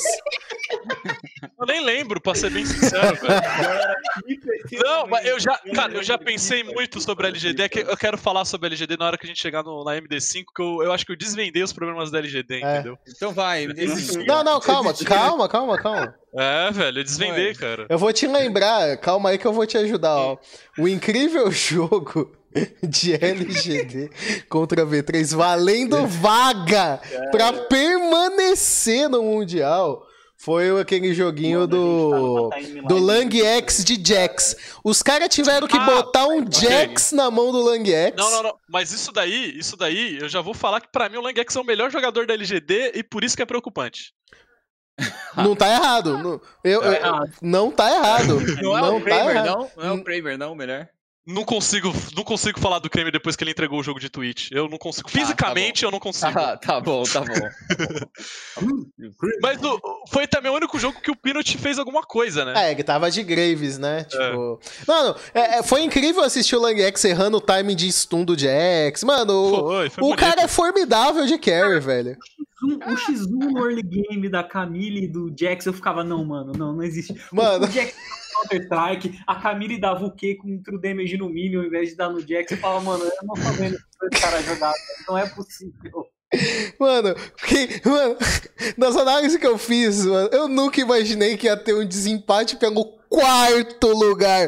Eu nem lembro, pra ser bem sincero, velho. Não, mas eu já pensei muito sobre a LGD. Eu quero falar sobre a LGD na hora que a gente chegar na MD5, que eu acho que eu desvendei os problemas da LGD, entendeu? Então vai, desistir. Não, calma. Velho, eu desvendei, cara. Eu vou te lembrar, calma aí que eu vou te ajudar, ó. O incrível jogo de LGD contra V3 valendo vaga pra permanecer no Mundial Foi aquele joguinho Mano, a gente tá numa do timeline Lang muito X de grande, Jax. Os caras tiveram que botar um Jax na mão do Lang X. Não. Mas isso daí, eu já vou falar que pra mim o Langex é o melhor jogador da LGD e por isso que é preocupante. Não tá errado. Não tá errado. Não é o tá Kramer, errado. não? Não é o Kramer, não, melhor. Não consigo falar do Kramer depois que ele entregou o jogo de Twitch. Eu não consigo. Fisicamente, eu não consigo. Tá bom. Mas foi também o único jogo que o Peanut fez alguma coisa, né? É, que tava de Graves, né? Tipo. Mano, foi incrível assistir o Lang X errando o timing de stun do Jax. Mano, Foi o bonito. cara é formidável de carry, velho. O X1 no early game da Camille e do Jax, eu ficava, não existe. Mano. O Jax Counter-Strike, a Camille dava o Q com true damage no minion ao invés de dar no Jax. Eu falava, mano, eu não tô vendo esse cara jogar, não é possível. Mano, nas análises que eu fiz, mano, eu nunca imaginei que ia ter um desempate pelo quarto lugar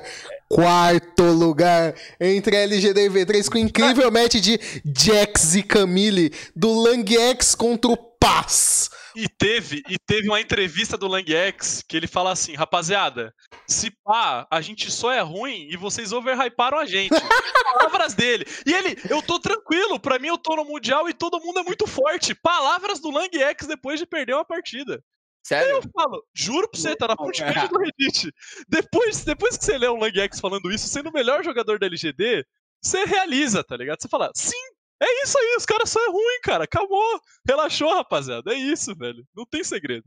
entre a LGD e V3 com o incrível match de Jax e Camille do Lang X contra o Paz. E teve uma entrevista do Lang X que ele fala assim, rapaziada, se pá, a gente só é ruim e vocês overhyparam a gente. Palavras dele. E eu tô tranquilo, pra mim eu tô no Mundial e todo mundo é muito forte. Palavras do Lang X depois de perder uma partida. Sério? Eu falo, juro pra você, tá na frontpage do Reddit. Depois que você lê o Lang X falando isso, sendo o melhor jogador da LGD, você realiza, tá ligado? Você fala, sim, é isso aí, os caras só é ruim, cara, acabou. Relaxou, rapaziada, é isso, velho. Não tem segredo.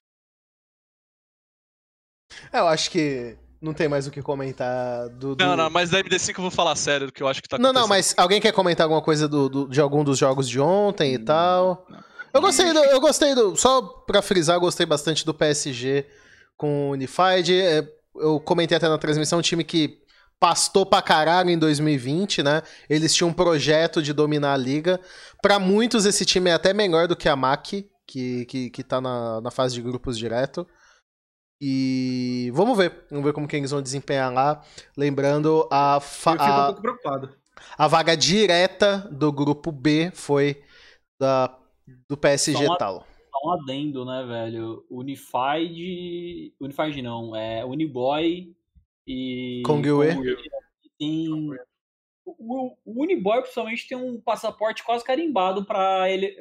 Eu acho que não tem mais o que comentar do... Não, mas da MD5 eu vou falar sério do que eu acho que tá acontecendo. Não, mas alguém quer comentar alguma coisa de algum dos jogos de ontem e tal? Eu gostei só pra frisar, eu gostei bastante do PSG com o Unified. Eu comentei até na transmissão, um time que pastou pra caralho em 2020, né? Eles tinham um projeto de dominar a liga. Pra muitos, esse time é até melhor do que a MAC, que tá na fase de grupos direto. E vamos ver como que eles vão desempenhar lá. Lembrando, Eu fico um pouco preocupado. a vaga direta do grupo B foi do PSG e tal. Um adendo, né, velho? Unified não, Uniboy e Kongwei. tem o Uniboy principalmente tem um passaporte quase carimbado pra ele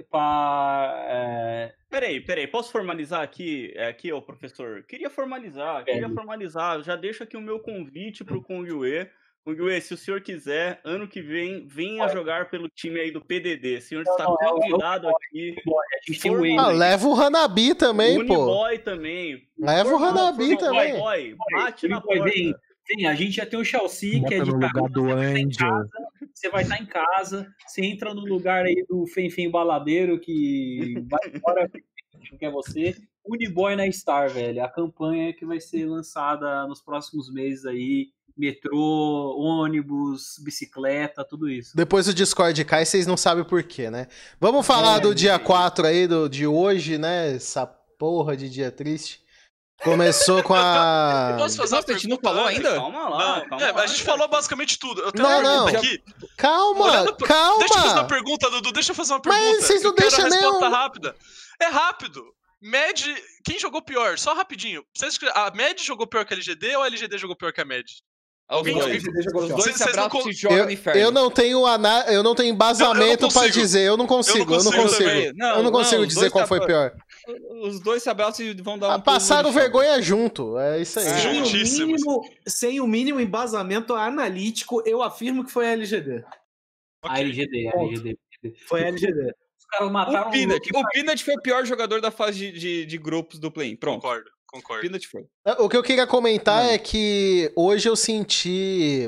Peraí, posso formalizar aqui, ô professor? Queria formalizar, já deixo aqui o meu convite pro Kongwei. Kongwei, se o senhor quiser, ano que vem, venha jogar pelo time aí do PDD. O senhor está convidado aqui. A gente tem o Wayne. Leva o Hanabi também, o Uniboy também. Leva o Hanabi também. Uniboy, bate na Uniboy, porta. Vem, a gente já tem o Chelsea, que é de lugar do Angel. Você vai estar em casa, você entra no lugar aí do Fenfen Baladeiro, que vai embora, que é você. Uniboy na Star, velho. A campanha que vai ser lançada nos próximos meses aí. Metrô, ônibus, bicicleta, tudo isso. Depois o Discord cai, vocês não sabem por quê, né? Vamos falar do dia 4 aí, de hoje, né? Essa porra de dia triste. Começou com a... Posso fazer uma Nossa, a gente não pergunta falou antes? ainda? Calma lá. A gente falou basicamente tudo. Eu tenho Não, uma não. pergunta aqui. Calma. Deixa eu fazer uma pergunta, Dudu. Deixa eu fazer uma pergunta. Mas vocês não Eu quero deixam a nem resposta eu- rápida. É rápido. Mad, quem jogou pior? Só rapidinho. A Mad jogou pior que a LGD ou a LGD jogou pior que a Mad? Alguém Os alguém- dois Vocês se abraçam não e se jogam no inferno. Eu não tenho embasamento Eu não pra consigo. dizer. Eu não consigo. Eu não consigo também. Eu não consigo os dizer dois qual se foi pior. Os dois se abraçam e vão dar um Passaram pulo no chão. vergonha junto. É isso aí. Juntíssimos. Sem o mínimo embasamento analítico, eu afirmo que foi a LGD. A LGD. Foi a LGD. Os caras mataram O Peanut foi o pior jogador da fase de grupos do play-in. Pronto. Concordo. O Peanut foi. O que eu queria comentar é que hoje eu senti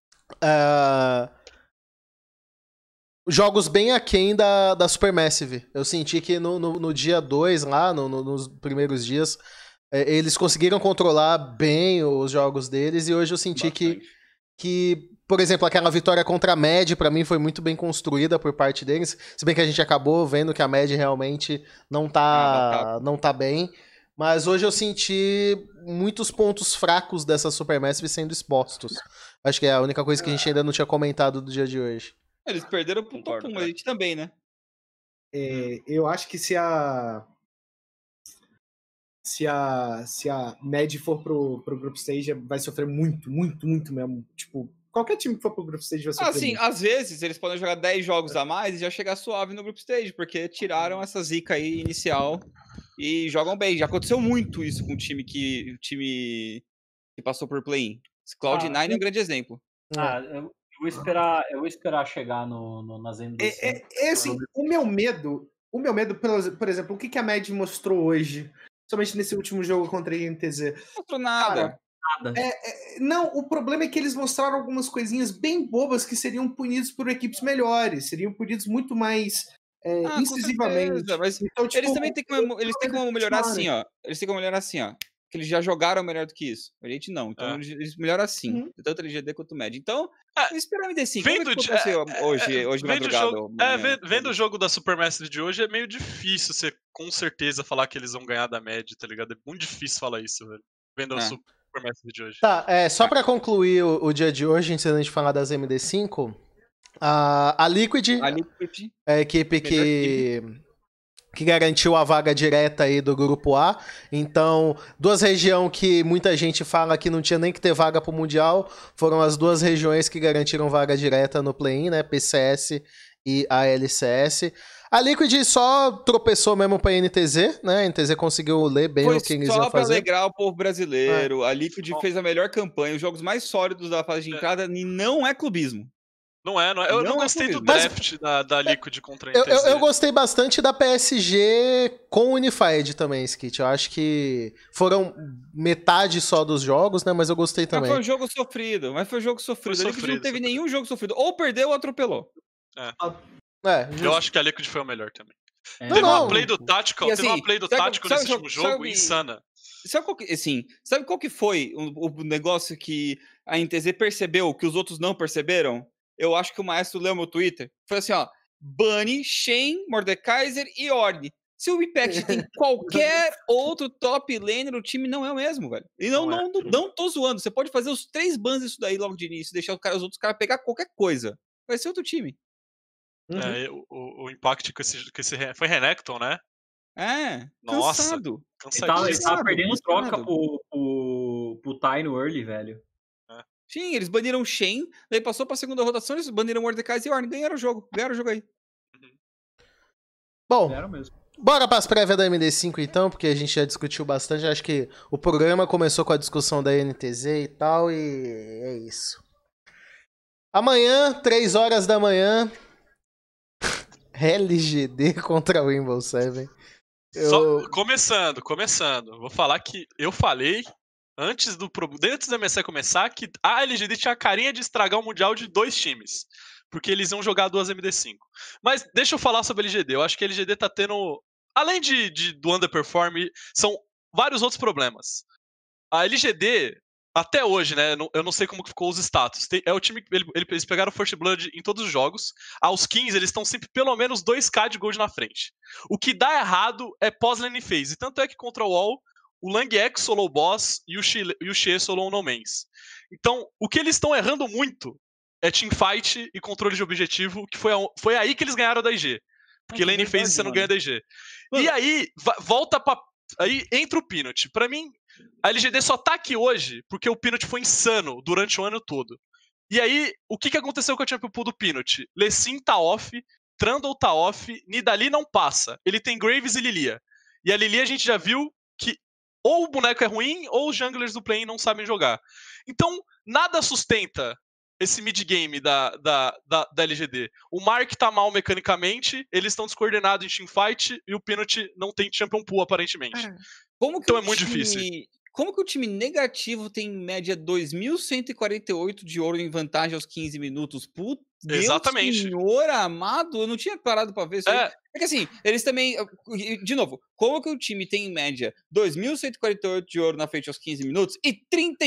jogos bem aquém da Supermassive. Eu senti que no dia 2, lá, nos primeiros dias, eles conseguiram controlar bem os jogos deles, e hoje eu senti que, por exemplo, aquela vitória contra a Mad, pra mim, foi muito bem construída por parte deles, se bem que a gente acabou vendo que a Mad realmente não tá bem. Mas hoje eu senti muitos pontos fracos dessa Supermassive sendo expostos. Acho que é a única coisa que a gente ainda não tinha comentado do dia de hoje. Eles perderam pro top 1, a gente também, né? Eu acho que se a se a Mad for pro Group Stage, vai sofrer muito, muito, muito mesmo. Tipo, qualquer time que for pro Group Stage vai sofrer Assim, muito. às vezes eles podem jogar 10 jogos a mais e já chegar suave no Group Stage, porque tiraram essa zica aí inicial e jogam bem. Já aconteceu muito isso com o time que passou por play-in. Cloud9 é um grande exemplo. Eu vou esperar chegar nas MD5. Assim, o meu medo, por exemplo, o que a Mad mostrou hoje, somente nesse último jogo contra a INTZ? Não mostrou nada. Nada. Não, o problema é que eles mostraram algumas coisinhas bem bobas que seriam punidos por equipes melhores, seriam punidos muito mais incisivamente. Certeza, mas então, tipo, eles também têm como melhorar assim, ó. Eles têm como melhorar assim, ó. Que eles já jogaram melhor do que isso. A gente não. Então eles melhoram assim. Tanto o LGD quanto o MED. Então, espera o MD5. Hoje vendo o jogo da Supermassive de hoje, é meio difícil você com certeza falar que eles vão ganhar da MED, tá ligado? É muito difícil falar isso, velho. Vendo a Supermassive de hoje. Tá, só pra concluir o dia de hoje, antes da gente falar das MD5, a Liquid é a equipe que garantiu a vaga direta aí do Grupo A. Então, duas regiões que muita gente fala que não tinha nem que ter vaga pro Mundial, foram as duas regiões que garantiram vaga direta no play-in, né? PCS e a LCS. A Liquid só tropeçou mesmo pra NTZ, né? A NTZ conseguiu ler bem o que eles iam fazer. Só pra alegrar o povo brasileiro. A Liquid fez a melhor campanha, os jogos mais sólidos da fase de entrada, e não é clubismo. Não é. Eu não gostei do draft da Liquid contra a NTZ. Eu gostei bastante da PSG com o Unified também, Skit. Eu acho que foram metade só dos jogos, né? Mas eu gostei também. Mas foi um jogo sofrido. A Liquid não teve nenhum jogo sofrido. Ou perdeu ou atropelou. Eu acho que a Liquid foi o melhor também. Teve uma play do Tactical, nesse último jogo insana. Sabe qual que foi o negócio que a NTZ percebeu que os outros não perceberam? Eu acho que o Maestro leu meu Twitter. Foi assim, ó. Bunny, Shen, Mordekaiser e Ornn. Se o Impact tem qualquer outro top laner, o time não é o mesmo, velho. E não tô zoando. Você pode fazer os 3 bans isso daí logo de início, deixar os outros caras pegar qualquer coisa. Vai ser outro time. O Impact com esse foi Renekton, né? Nossa, cansado. Ele tava perdendo troca pro Tai no early, velho. Sim, eles baniram o Shen, daí passou pra segunda rotação, eles baniram o Mordekaiser e Ornn, ganharam o jogo aí. Bom, bora pras prévias da MD5 então, porque a gente já discutiu bastante, acho que o programa começou com a discussão da NTZ e tal, e é isso. Amanhã, 3 horas da manhã, LGD contra Rainbow Seven. Começando. Vou falar que eu falei antes da MSI começar que a LGD tinha a carinha de estragar o Mundial de 2 times. Porque eles iam jogar 2 MD5. Mas deixa eu falar sobre a LGD. Eu acho que a LGD tá tendo... Além do underperform, são vários outros problemas. A LGD, até hoje, né? Eu não sei como ficou os status. É o time... Eles pegaram o First Blood em todos os jogos. Aos 15, eles estão sempre pelo menos 2k de gold na frente. O que dá errado é pós-lane phase. Tanto é que contra o Wall, o Langx solou o boss e o Xie solou o No Mans. Então, o que eles estão errando muito é teamfight e controle de objetivo, que foi aí que eles ganharam da IG. Porque lane phase você não ganha da IG. E aí, volta pra... Aí entra o Peanut. Pra mim, a LGD só tá aqui hoje porque o Peanut foi insano durante o ano todo. E aí, o que aconteceu com a Champion Pool do Peanut? Lecim tá off, Trundle tá off, Nidalee não passa. Ele tem Graves e Lilia. E a Lilia a gente já viu que ou o boneco é ruim, ou os junglers do play não sabem jogar. Então, nada sustenta esse mid-game da LGD. O Mark tá mal mecanicamente, eles estão descoordenados em teamfight, e o Peanut não tem champion pool, aparentemente. Então é muito difícil. Como que o time negativo tem em média 2.148 de ouro em vantagem aos 15 minutos? Puta, exatamente. Senhor amado, eu não tinha parado pra ver isso aí. É que assim, eles também... De novo, como que o time tem em média 2.148 de ouro na frente aos 15 minutos e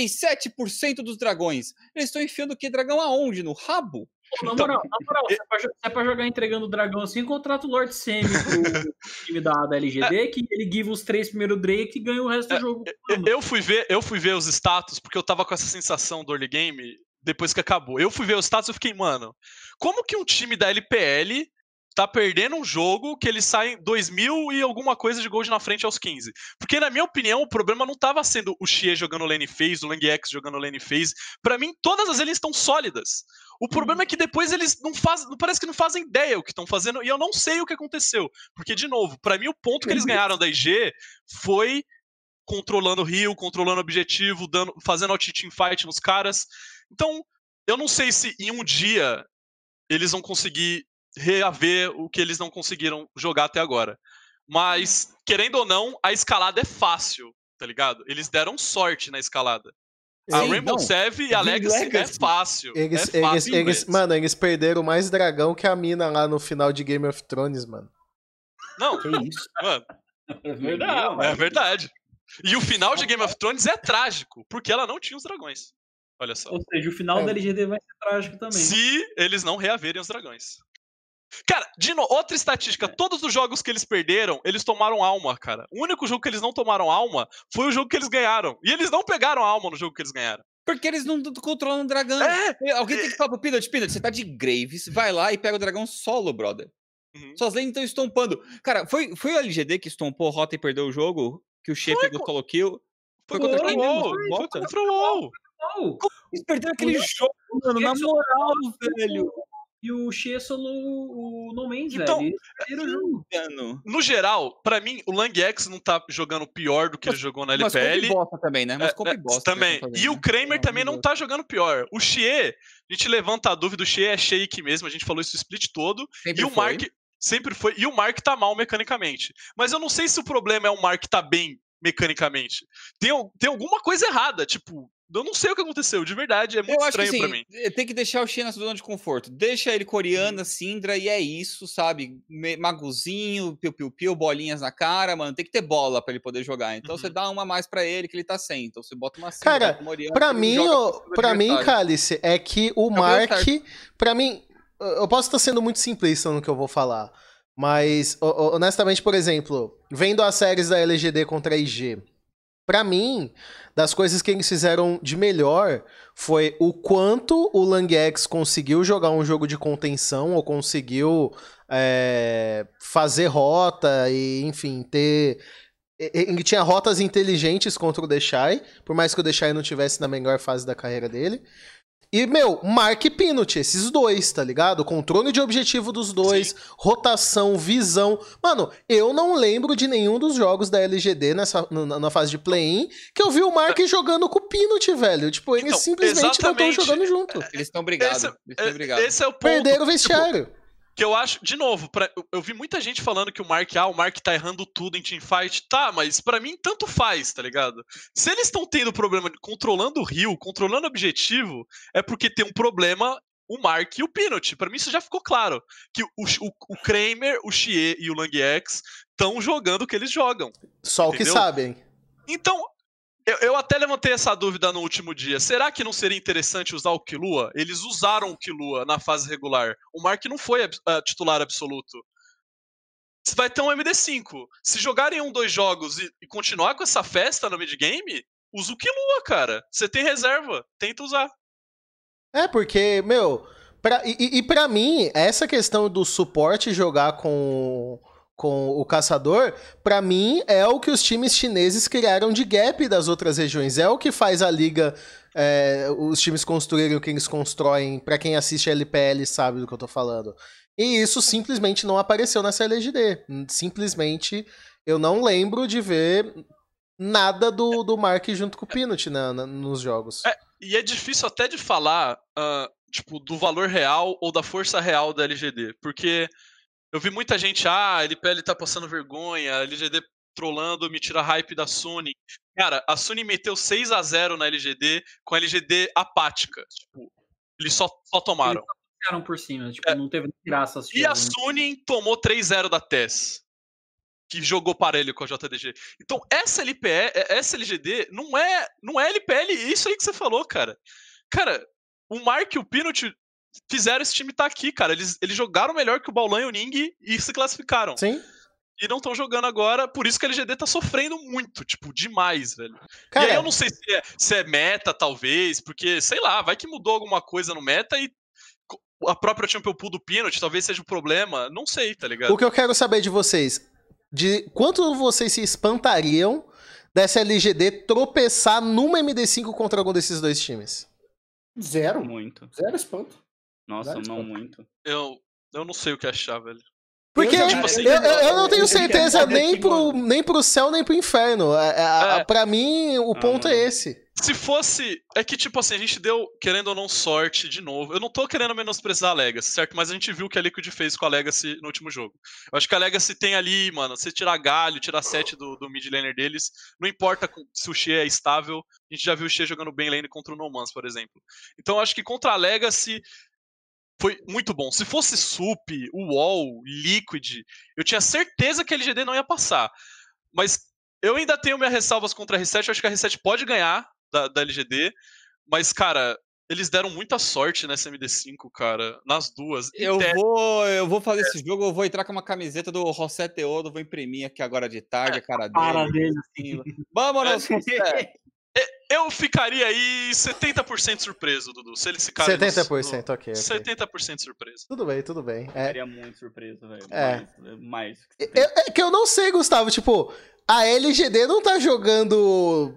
37% dos dragões? Eles estão enfiando o quê? Dragão aonde? No rabo? Na moral, se é pra jogar entregando o dragão assim, contrata o Lord Semi pro time da LGD, que ele give os 3 primeiros Drake e ganha o resto do jogo. Eu fui ver os status, porque eu tava com essa sensação do early game depois que acabou. Eu fui ver os status e fiquei, mano, como que um time da LPL tá perdendo um jogo que eles saem 2.000 e alguma coisa de gold na frente aos 15. Porque, na minha opinião, o problema não tava sendo o Xie jogando lane phase, o Langx jogando lane phase. Pra mim, todas as lanes estão sólidas. O problema é que depois eles não fazem, parece que não fazem ideia o que estão fazendo, e eu não sei o que aconteceu. Porque, de novo, pra mim o ponto que eles ganharam da IG foi controlando o Rio, controlando o objetivo, fazendo out-team-fight nos caras. Então, eu não sei se em um dia eles vão conseguir reaver o que eles não conseguiram jogar até agora. Mas, querendo ou não, a escalada é fácil, tá ligado? Eles deram sorte na escalada. A Sim, Rainbow não. Seven e a Legacy é fácil. É fácil. Mano, eles perderam mais dragão que a mina lá no final de Game of Thrones, mano. Não, Que isso? mano, É verdade. é verdade. E o final de Game of Thrones é trágico, porque ela não tinha os dragões. Olha só. Ou seja, o final da LGD vai ser trágico também. Se eles não reaverem os dragões. Cara, outra estatística, todos os jogos que eles perderam, eles tomaram alma, cara. O único jogo que eles não tomaram alma foi o jogo que eles ganharam. E eles não pegaram alma no jogo que eles ganharam. Porque eles não controlam o dragão. Alguém tem que falar pro Peanut, você tá de Graves, vai lá e pega o dragão solo, brother. Suas lanes estão estompando. Cara, foi o LGD que estompou a rota e perdeu o jogo? Que o Xie pegou solo kill? Foi contra quem mesmo? Foi contra o WoW. Eles perderam aquele jogo, mano, na moral, velho. E o Xie solo o No Man's, Então, velho. Eles perderam o jogo. No geral, pra mim, o Langx não tá jogando pior do que ele jogou na LPL. Mas bosta também, né? Mas bosta. Também. E o Kramer também não tá jogando pior. O Xie, a gente levanta a dúvida, o Xie é shake mesmo, a gente falou isso o split todo. Sempre e o Mark sempre foi. E o Mark tá mal mecanicamente. Mas eu não sei se o problema é o Mark tá bem mecanicamente. Tem alguma coisa errada, tipo... Eu não sei o que aconteceu, de verdade, é muito estranho pra mim. Tem que deixar o Xie na zona de conforto. Deixa ele coreana, Syndra, e é isso, sabe? Maguzinho, piu-piu-piu, bolinhas na cara, mano. Tem que ter bola pra ele poder jogar. Então você dá uma mais pra ele que ele tá sem. Então você bota uma Syndra, cara, uma Oriana, pra mim, Cálice, é que o Mark... Pra mim, eu posso estar sendo muito simplista no que eu vou falar. Mas, honestamente, por exemplo, vendo as séries da LGD contra a IG... Pra mim, das coisas que eles fizeram de melhor foi o quanto o Langx conseguiu jogar um jogo de contenção ou conseguiu fazer rota e, enfim, ter... Ele tinha rotas inteligentes contra o Deshai, por mais que o Deshai não tivesse na melhor fase da carreira dele. E, Mark e Peanut, esses dois, tá ligado? Controle de objetivo dos dois, rotação, visão. Mano, eu não lembro de nenhum dos jogos da LGD na fase de play-in que eu vi o Mark jogando com o Peanut, velho. Tipo, eles simplesmente não estão jogando junto. Eles estão brigados. Esse é o ponto. Perderam o vestiário. Que eu acho, de novo, eu vi muita gente falando que o Mark tá errando tudo em teamfight. Tá, mas pra mim tanto faz, tá ligado? Se eles estão tendo problema controlando o Rio, controlando o objetivo, é porque tem um problema o Mark e o Peanut. Pra mim isso já ficou claro. Que o Kramer, o Xie e o Langx estão jogando o que eles jogam. Só entendeu? O que sabem. Então... Eu até levantei essa dúvida no último dia. Será que não seria interessante usar o Killua? Eles usaram o Killua na fase regular. O Mark não foi titular absoluto. Vai ter um MD5. Se jogarem 2 jogos e continuar com essa festa no mid-game, usa o Killua, cara. Você tem reserva. Tenta usar. Porque, pra mim, essa questão do suporte jogar com o caçador, pra mim é o que os times chineses criaram de gap das outras regiões. É o que faz a liga, os times construírem o que eles constroem. Pra quem assiste a LPL sabe do que eu tô falando. E isso simplesmente não apareceu nessa LGD. Simplesmente eu não lembro de ver nada do Mark junto com o Peanut nos jogos. E é difícil até de falar tipo, do valor real ou da força real da LGD. Porque eu vi muita gente, a LPL tá passando vergonha, a LGD trollando, me tira hype da Suni. Cara, a Suni meteu 6-0 na LGD com a LGD apática. Tipo, eles só tomaram. Eles só ficaram por cima, tipo, não teve graça. E a Suni tomou 3-0 da TES, que jogou parelho com a JDG. Então, essa LGD não é LPL, isso aí que você falou, cara. Cara, o Mark e o Peanut fizeram esse time estar aqui, cara. Eles jogaram melhor que o Baolan e o Ning e se classificaram. Sim. E não estão jogando agora, por isso que a LGD tá sofrendo muito, tipo, demais, velho. Cara, e aí eu não sei se é meta, talvez, porque, sei lá, vai que mudou alguma coisa no meta e a própria Champion Pool do Peanut talvez seja o problema. Não sei, tá ligado? O que eu quero saber de vocês, de quanto vocês se espantariam dessa LGD tropeçar numa MD5 contra algum desses dois times? Zero. Muito. Zero espanto. Nossa, Zero não espanto. muito. Eu não sei o que achar, velho. Porque Eu já- tipo assim, eu não tenho eu certeza quero nem saber que, nem pro céu nem pro inferno. Pra mim, o ponto é mano. esse. Se fosse. É que, tipo assim, a gente deu, querendo ou não, sorte de novo. Eu não tô querendo menosprezar a Legacy, certo? Mas a gente viu o que a Liquid fez com a Legacy no último jogo. Eu acho que a Legacy tem ali, mano, se tirar galho, tirar set do mid laner deles, não importa se o Xie é estável. A gente já viu o Xie jogando bem lane contra o No Mans, por exemplo. Então eu acho que contra a Legacy foi muito bom. Se fosse Sup, UOL, Liquid, eu tinha certeza que a LGD não ia passar. Mas eu ainda tenho minhas ressalvas contra a R7. Eu acho que a R7 pode ganhar da LGD. Mas, cara, eles deram muita sorte nessa MD5, cara. Nas duas. Eu vou fazer esse jogo, eu vou entrar com uma camiseta do José Teodo, vou imprimir aqui agora de tarde a cara dele. dele. Vamos, José! Eu ficaria aí 70% surpreso, Dudu. Se eles ficarem 70%, ok. 70% surpreso. Tudo bem, tudo bem. Ficaria muito surpreso, velho. É. Mais. É que eu não sei, Gustavo, tipo, a LGD não tá jogando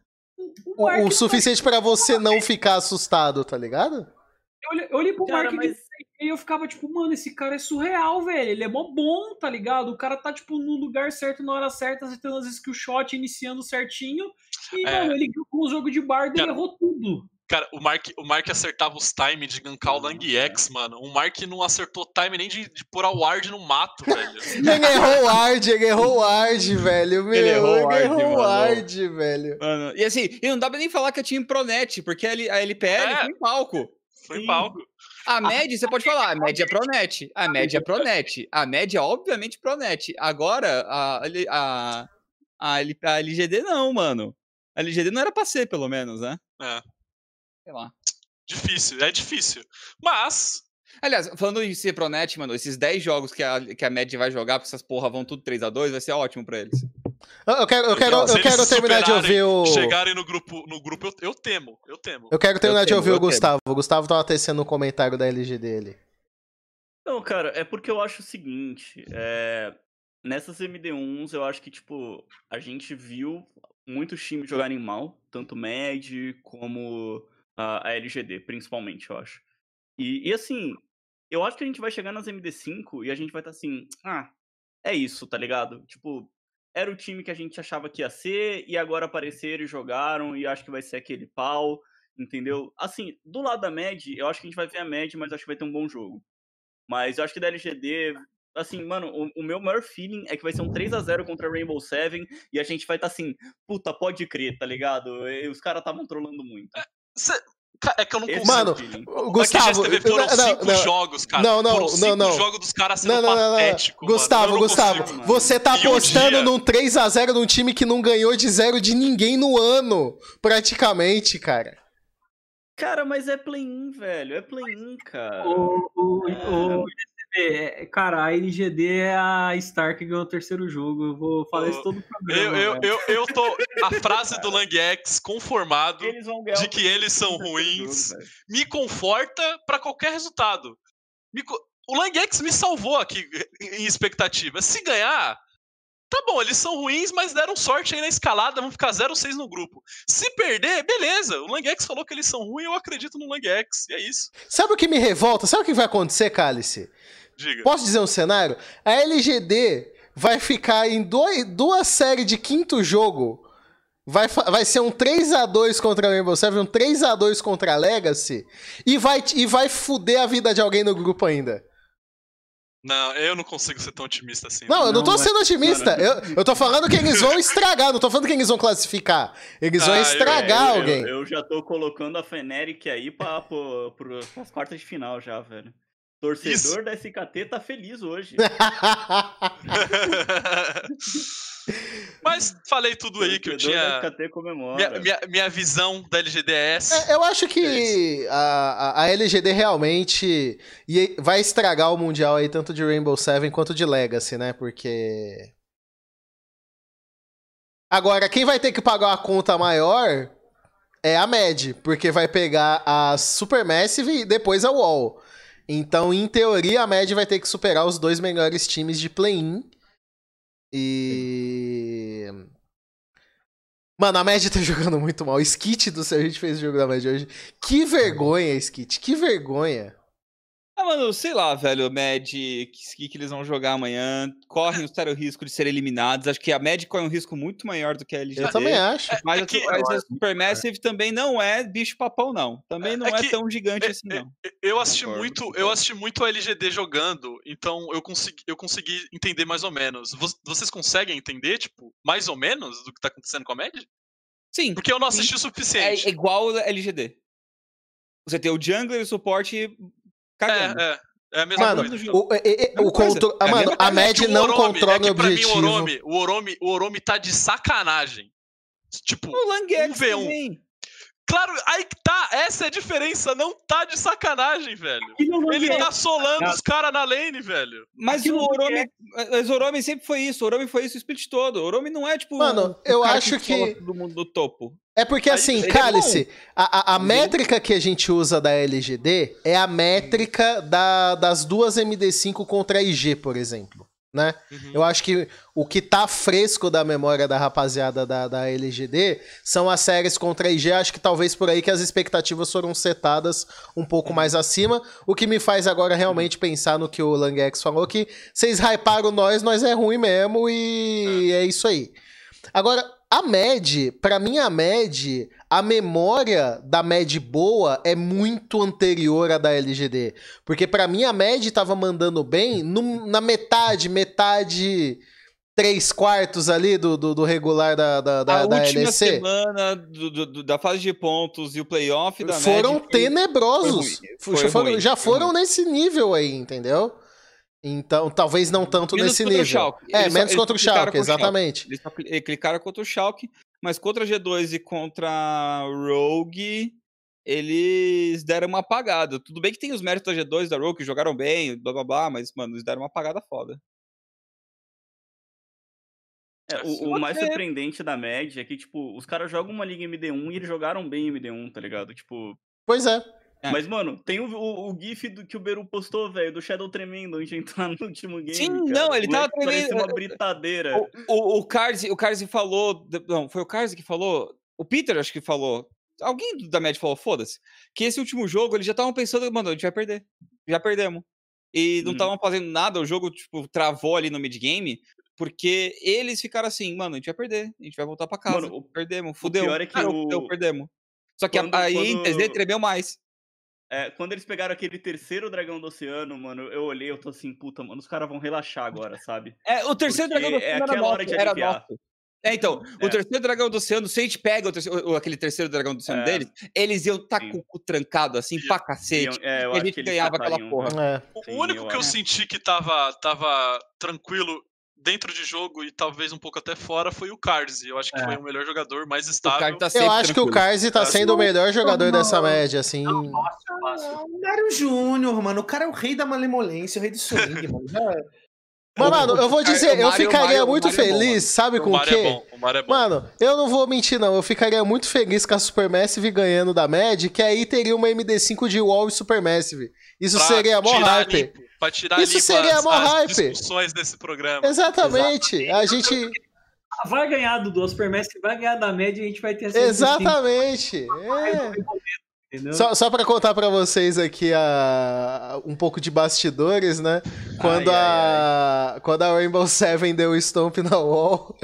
o suficiente pra você não ficar assustado, tá ligado? Eu olhei pro Cara, Mark e eu ficava tipo, mano, esse cara é surreal, velho. Ele é mó bom, tá ligado? O cara tá, tipo, no lugar certo, na hora certa, acertando as skill shot, iniciando certinho. E, mano, ele com o jogo de bardo, ele errou tudo. Cara, o Mark acertava os time de gankar o Lang X, mano. O Mark não acertou time nem de pôr a ward no mato, velho. Ele errou o ward, velho. Ele errou o ward, o mano. ward, velho. Mano, e assim, e não dá pra nem falar que é time Pronet, porque a LPL foi em palco. Foi em palco. A MED, você pode falar, a MED é Pronet. A MED é Pronet. A MED é obviamente Pronet. Agora, a LGD não, mano. A LGD não era pra ser, pelo menos, né? É. Sei lá. Difícil, é difícil. Mas... Aliás, falando em ser Pronet, mano, esses 10 jogos que a MED vai jogar, porque essas porra vão tudo 3-2, vai ser ótimo pra eles. Eu quero terminar de ouvir o... Chegarem no grupo eu temo. Eu quero terminar de ouvir o temo. Gustavo. O Gustavo tava tecendo um comentário da LG dele. Não, cara, é porque eu acho o seguinte, nessas MD1s eu acho que, tipo, a gente viu muitos times jogarem mal, tanto MED como a LGD, principalmente, eu acho. E assim, eu acho que a gente vai chegar nas MD5 e a gente vai estar assim, é isso, tá ligado? Tipo, era o time que a gente achava que ia ser e agora apareceram e jogaram e acho que vai ser aquele pau, entendeu? Assim, do lado da MED, eu acho que a gente vai ver a MED, mas acho que vai ter um bom jogo. Mas eu acho que da LGD, assim, mano, o meu maior feeling é que vai ser um 3-0 contra Rainbow Seven e a gente vai estar assim, puta, pode crer, tá ligado? E os caras estavam trolando muito. É que eu não consigo. Mano, o Gustavo... foram 5 jogos, cara. Foram 5 jogos dos caras sendo patéticos, Gustavo, você tá apostando num 3-0 num time que não ganhou de 0 de ninguém no ano, praticamente, cara. Cara, mas é play-in, velho. É play-in, cara. Cara, a LGD é a Star que ganhou o terceiro jogo. Eu vou falar isso todo o programa. Eu tô. A frase do Lang X conformado de que eles são ruins jogo, me conforta pra qualquer resultado. O Lang X me salvou aqui em expectativa. Se ganhar, tá bom, eles são ruins, mas deram sorte aí na escalada, vão ficar 0-6 no grupo. Se perder, beleza. O Lang X falou que eles são ruins, eu acredito no Lang X, e é isso. Sabe o que me revolta? Sabe o que vai acontecer, Cálice? Diga. Posso dizer um cenário? A LGD vai ficar em duas séries de quinto jogo. Vai ser um 3-2 contra a Rainbow Seven, um 3-2 contra a Legacy, e vai fuder a vida de alguém no grupo ainda. Não, eu não consigo ser tão otimista assim. Não, eu não tô sendo otimista. Eu tô falando que eles vão estragar, não tô falando que eles vão classificar. Eles vão estragar alguém. Eu já tô colocando a Fnatic aí pras quartas de final já, velho. Torcedor da SKT tá feliz hoje. Mas falei tudo aí que eu tinha. Da SKT comemora. Minha visão da LGDS. Eu acho que a LGD realmente vai estragar o Mundial aí, tanto de Rainbow Seven quanto de Legacy, né? Porque... Agora, quem vai ter que pagar uma conta maior é a MED, porque vai pegar a Supermassive e depois a UOL. Então, em teoria, a Mad vai ter que superar os 2 melhores times de play-in. E... Mano, a Mad tá jogando muito mal. Skit do céu, a gente fez o jogo da Mad hoje. Que vergonha, Skit, que vergonha. Ah, mano, sei lá, velho, Mad, que eles vão jogar amanhã, correm um sério risco de serem eliminados. Acho que a Mad corre um risco muito maior do que a LGD. Eu também acho. Mas a Supermassive também não é bicho papão, não. Também não é tão gigante assim, não. Eu assisti muito a LGD jogando, então eu consegui entender mais ou menos. Vocês conseguem entender, tipo, mais ou menos do que tá acontecendo com a Mad? Sim. Porque eu não assisti o suficiente. É igual a LGD. Você tem o jungler e o suporte cagando. É a mesma Mano, coisa. A Mad não controla o objetivo. O Oromi tá de sacanagem. Tipo, O Langex 1v1. também. Claro, aí que tá, essa é a diferença, não tá de sacanagem, velho. Ele tá solando os caras na lane, velho. Mas o Oromi sempre foi isso, o Oromi foi isso o split todo. O Oromi não é tipo. Mano, eu acho que. Do mundo do topo. É porque assim, Cálice, a métrica que a gente usa da LGD é a métrica das duas MD5 contra a IG, por exemplo. Né? Eu acho que o que tá fresco da memória da rapaziada da LGD são as séries contra a IG. Acho que talvez por aí que as expectativas foram setadas um pouco mais acima. O que me faz agora realmente pensar no que o Langex falou, que vocês hyparam nós é ruim mesmo e é isso aí. Agora, a Mad, pra mim a memória da Mad boa é muito anterior à da LGD. Porque pra mim a Mad tava mandando bem na metade 3/4 ali do regular da última LEC. Semana da fase de pontos e o playoff da foram Mad tenebrosos. Já foram ruim. Nesse nível aí, entendeu? Então, talvez não tanto menos nesse contra nível. O Schalke. Menos contra o Schalke, exatamente. Eles clicaram contra o Schalke, mas contra a G2 e contra a Rogue, eles deram uma apagada. Tudo bem que tem os méritos da G2 e da Rogue, que jogaram bem, blá blá blá, mas, mano, eles deram uma apagada foda. O mais surpreendente da Mad é que, tipo, os caras jogam uma Liga MD1 e eles jogaram bem MD1, tá ligado? Tipo... Pois é. Mas, mano, tem o GIF que o Beru postou, velho, do Shadow tremendo antes de entrar no último game. Sim, cara. não, ele tava tremendo. Parecia uma britadeira. O Karzi falou. Não, foi o Karzi que falou. O Peter, acho que falou. Alguém da Mad falou, foda-se. Que esse último jogo, eles já estavam pensando, mano, a gente vai perder. Já perdemos. E não estavam fazendo nada, o jogo, tipo, travou ali no mid-game. Porque eles ficaram assim, mano, a gente vai perder. A gente vai voltar pra casa. Mano, perdemos, fudeu. O pior é que perdemos. Só que aí em 3D tremeu mais. Quando eles pegaram aquele terceiro dragão do oceano, mano, eu olhei, eu tô assim, puta, mano, os caras vão relaxar agora, sabe? O terceiro dragão do oceano era hora de aliviar. Então, o terceiro dragão do oceano, se a gente pega aquele terceiro dragão do oceano deles, eles iam estar com o cu trancado, assim, pra cacete. Eu e a gente ganhava aquela porra. O único que eu senti que tava tranquilo dentro de jogo e talvez um pouco até fora foi o Karzi. Eu acho que foi o melhor jogador, mais estável. Eu acho que o Karzi tá sendo o melhor jogador dessa média, assim. O Dario Júnior, mano, o cara é o rei da malemolência, o rei do swing, mano. Mano, eu vou dizer, eu ficaria muito feliz, sabe com o quê? O Mario é bom. Mano, eu não vou mentir, não. Eu ficaria muito feliz com a Supermassive ganhando da Mad, que aí teria uma MD5 de wall e Supermassive. Isso seria mó hype. Pra tirar isso seria mó hype. Discussões desse programa. Exatamente. A gente... Vai ganhar do Supermassive, vai ganhar da Mad e a gente vai ter essa... Exatamente. Só pra contar pra vocês aqui um pouco de bastidores, né? Quando a Rainbow Seven deu o stomp na wall,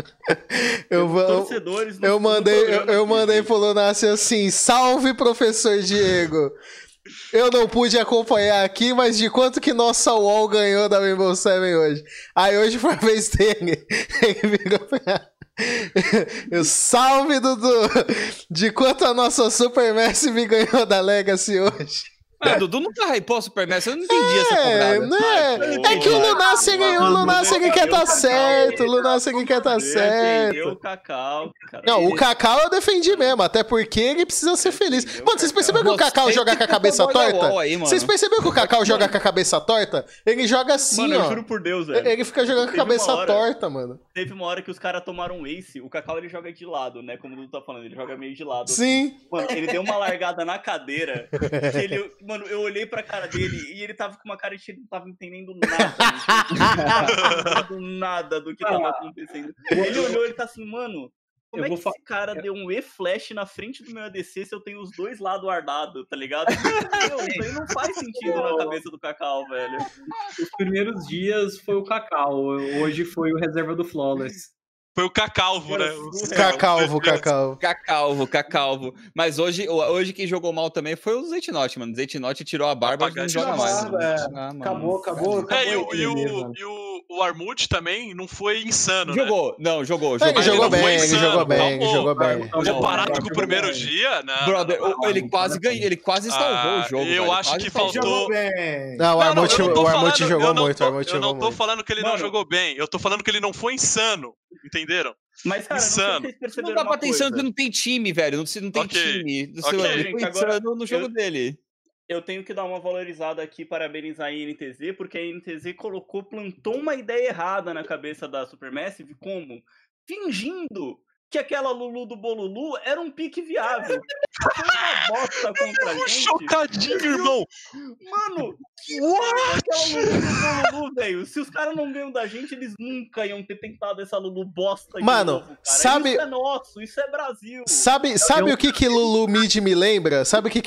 eu mandei pro Lunassi assim, salve, professor Diego! Eu não pude acompanhar aqui, mas de quanto que nossa wall ganhou da Rainbow Seven hoje? Aí hoje foi a vez dele. Ele virou pra... Salve, Dudu! De quanto a nossa Supermassive ganhou da Legacy hoje? Dudu nunca hypou a Supermassive, eu não entendi essa cobrada. Né? É que o Lunassi quer tá certo, o Lunassi quer tá certo. O Cacau, cara. Não, o Cacau eu defendi mesmo, até porque ele precisa ser feliz. Mano, vocês perceberam que o Cacau joga com a cabeça torta? Vocês perceberam que o Cacau joga com a cabeça torta? Ele joga assim, mano, ó. Eu juro por Deus, velho. Ele fica jogando com a cabeça torta, mano. Teve uma hora que os caras tomaram um ace, o Cacau ele joga de lado, né? Como o Dudu tá falando, ele joga meio de lado. Sim. Assim. Mano, ele deu uma largada na cadeira que ele... Mano, eu olhei pra cara dele e ele tava com uma cara de que ele não tava entendendo nada. Não tava entendendo nada do que tava acontecendo. Ele olhou e ele tá assim, mano, como é que esse cara deu um E-Flash na frente do meu ADC se eu tenho os dois lados ardados, tá ligado? Meu, isso aí não faz sentido na cabeça do Cacau, velho. Os primeiros dias foi o Cacau, hoje foi o reserva do Flawless. Foi o Cacalvo, né? Cacalvo. Mas hoje quem jogou mal também foi o Zeitnot, mano. Zeitnot tirou a barba e não joga mais. Acabou. E o Armut também não foi insano, jogou. né? Não, jogou. Ele jogou bem. Comparado com o primeiro dia, né? Brother, ele quase salvou o jogo. Eu acho que faltou... Não, o Armut jogou muito. Eu não tô falando que ele não jogou bem, eu tô falando que ele não foi insano. Entenderam? Mas, cara, insano. Não dá pra ter insano porque não tem time, velho. Não tem time. Ele foi insano no jogo dele. Eu tenho que dar uma valorizada aqui, parabenizar a INTZ, porque a INTZ plantou uma ideia errada na cabeça da Supermassive, como? Fingindo que aquela Lulu do Bolulu era um pique viável. Foi uma bosta contra a gente. Chocadinho, irmão. Mano, que aquela Lulu do Bolulu, velho. Se os caras não ganham da gente, eles nunca iam ter tentado essa Lulu bosta de Mano, novo, cara. sabe... Isso é nosso, isso é Brasil. Sabe o que Lulu Mid me lembra?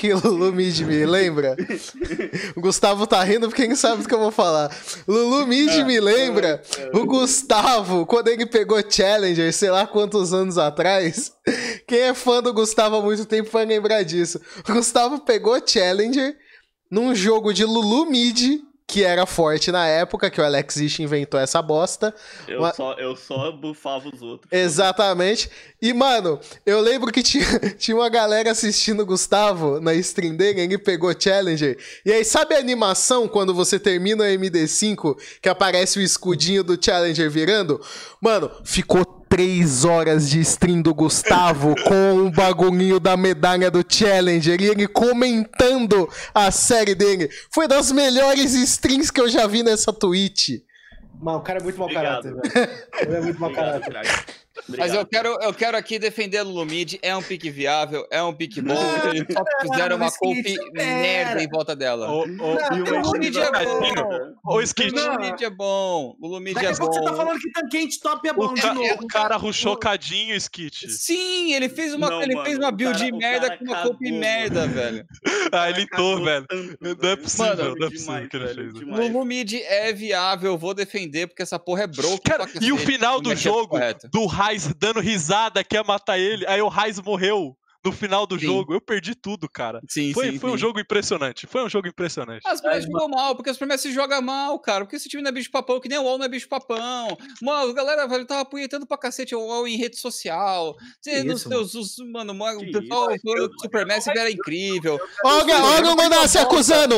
O Gustavo tá rindo porque ele sabe do que eu vou falar. Lulu Mid me lembra o Gustavo, quando ele pegou Challenger, sei lá quantos anos atrás. Quem é fã do Gustavo há muito tempo vai lembrar disso. O Gustavo pegou Challenger num jogo de Lulu Mid, que era forte na época, que o Alex Ish inventou essa bosta. Eu só bufava os outros. Exatamente. E, mano, eu lembro que tinha uma galera assistindo o Gustavo na stream dele, ele pegou Challenger. E aí, sabe a animação quando você termina o MD5, que aparece o escudinho do Challenger virando? Mano, ficou 3 horas de stream do Gustavo com o bagulhinho da medalha do Challenger e ele comentando a série dele. Foi das melhores streams que eu já vi nessa Twitch. Mano, o cara é muito mau caráter, velho. Ele é muito mau caráter. Mas eu quero aqui defender a Lulu Mid. É um pique viável, é um pique bom. Eles só fizeram uma comp merda em volta dela. O Lulu Mid é bom. O Skit. Lulu Mid é bom. Lulu Mid é bom. Você tá falando que Tanquente top é bom de novo. O cara rushou cadinho, Skit. Sim, ele fez uma build merda com uma comp merda, velho. Ele entrou, velho. Não é possível, não é possível que ele fez. Lulu Mid é viável, vou defender, porque essa porra é broke. Cara, e o final do jogo, do Raiz dando risada, quer matar ele, aí o Raiz morreu no final do jogo. Eu perdi tudo, cara. Foi um jogo impressionante. As promessas jogam mal, porque as promessas jogam mal, cara. Porque esse time não é bicho papão, que nem o UOL não é bicho papão. Mano, a galera, velho, tava apunhetando pra cacete o UOL em rede social. Mano, o pessoal falando que o Supermassive era incrível. Olha o Lunassi acusando!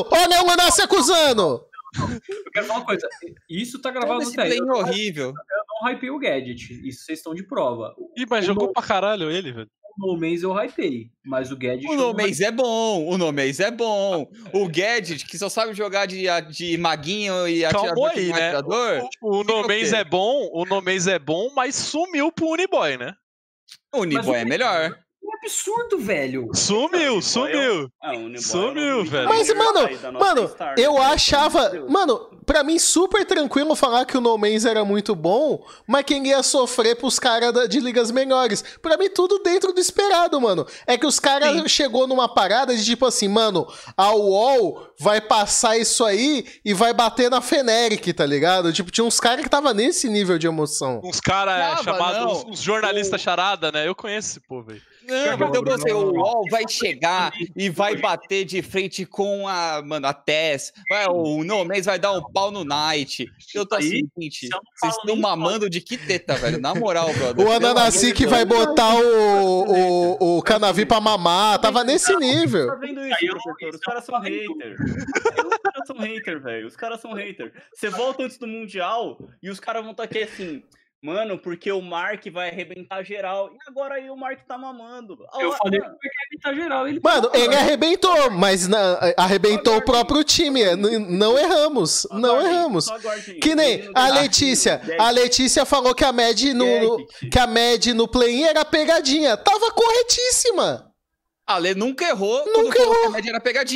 Eu quero falar uma coisa. Isso tá gravado no teste. Esse play horrível. Eu não hypei o Gadget. Isso vocês estão de prova. Mas jogou pra caralho ele, velho. O No Man's eu hypei, mas o Gadget... O No Man's é bom. O Gadget, que só sabe jogar de maguinho e atirador aí, né? O No Man's é bom, mas sumiu pro Uniboy, né? O Uniboy é melhor. É absurdo, velho. Sumiu, velho. Mas, mano, eu achava... Mano, pra mim, super tranquilo falar que o No Man's era muito bom, mas quem ia sofrer pros caras de ligas melhores. Pra mim, tudo dentro do esperado, mano. É que os caras chegou numa parada de tipo assim, mano, a UOL vai passar isso aí e vai bater na Feneric, tá ligado? Tipo, tinha uns caras que tava nesse nível de emoção. Uns caras chamados, uns jornalistas charada, né? Eu conheço esse povo aí. Não, então você, o UOL vai chegar e vai bater de frente com a Tess. O No Man's vai dar um pau no Knight. Eu tô assim, gente, vocês estão mamando de que teta, velho? Na moral, brother. O Ananasik vai botar o Canavi pra mamar. Tava nesse nível. Tá vendo isso, professor? Os caras são hater. Velho. Os caras são hater. Você volta antes do Mundial e os caras vão estar aqui assim... Mano, porque o Mark vai arrebentar geral. E agora aí o Mark tá mamando. Eu falei que vai arrebentar geral. Ele arrebentou, mas arrebentou o próprio time. Não erramos. Que nem a Letícia. A Letícia falou que a Mad no play-in era pegadinha. Tava corretíssima. A Lê nunca errou quando falou que a Mad era pegadinha.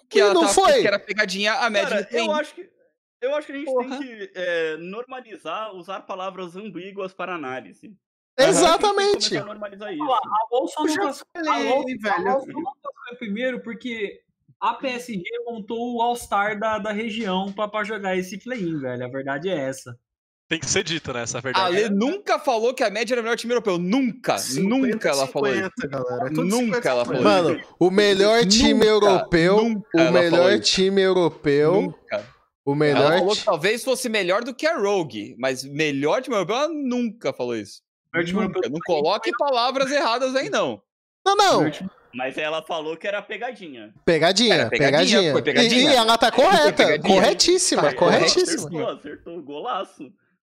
que E ela não tava foi. falando que era pegadinha a média Cara, do play-in. eu acho que a gente Porra. tem que normalizar usar palavras ambíguas para análise. Exatamente. Começar a normalizar isso. A LoL só Eu não já classificou. falei, A LoL velho. só não classificou primeiro porque a PSG montou o All-Star da região pra jogar esse play-in, velho. A verdade é essa. Tem que ser dito, né? Essa A verdade. Ale nunca falou que a média era o melhor time europeu. Nunca. 50, Nunca ela falou isso. 50, galera. É tudo Nunca 50, ela 50. falou Mano, o melhor time Nunca, europeu. nunca O ela falou melhor isso. time europeu. Nunca. O Ela melhor. falou que talvez fosse melhor do que a Rogue, mas melhor time europeu ela nunca falou isso. Melhor time Nunca. europeu Não coloque palavras erradas aí, não. Não. Mas ela falou que era pegadinha. Pegadinha, Era pegadinha, foi pegadinha. E ela tá correta. pegadinha. Corretíssima, Tá, corretíssima. Acertou, golaço.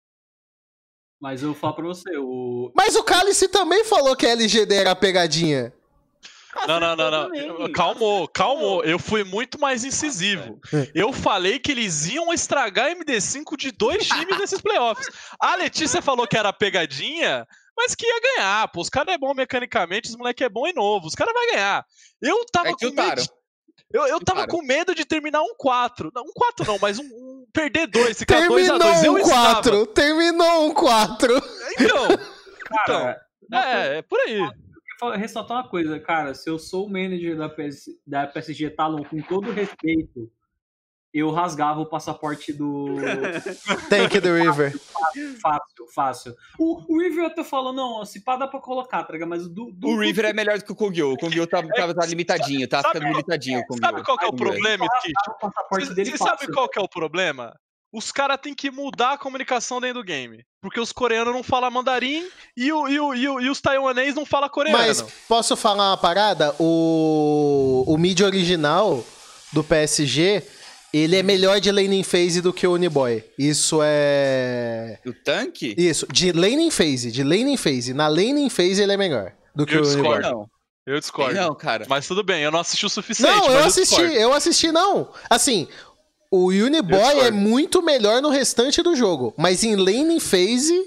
Mas eu vou falar pra você, Mas o Cálice também falou que a LGD era pegadinha. Não. Calmou. Eu fui muito mais incisivo. Eu falei que eles iam estragar MD5 de 2 times nesses playoffs. A Letícia falou que era pegadinha, mas que ia ganhar. Pô, os caras é bom mecanicamente, os moleque é bom e novo. Os caras vão ganhar. Eu tava com medo. Eu tava com medo de terminar 1-4. Não, 1-4 não, mas perder 2, ficar 2-2. Eu estava. Terminou 1-4. cara. É por aí. Eu quero ressaltar uma coisa, cara. Se eu sou o manager da PSG Talon, com todo respeito, eu rasgava o passaporte do... Tank do River. Fácil. O River até falou, não, se pá dá pra colocar, tá ligado? Mas o River é melhor do que o Kogyo. O Kogyo tá limitadinho, tá ficando limitadinho. Sabe qual que é o problema, Skit? Você sabe qual que é o problema? Os caras têm que mudar a comunicação dentro do game. Porque os coreanos não falam mandarim e os taiwanês não falam coreano. Mas posso falar uma parada? O mid original do PSG, ele é melhor de laning phase do que o Uniboy. Isso é... O tanque? Isso, de laning phase. Na laning phase ele é melhor do que o Uniboy. Eu discordo. Não, cara. Mas tudo bem, eu não assisti o suficiente. Não, mas eu assisti não. Assim... O Uniboy é muito melhor no restante do jogo. Mas em laning phase,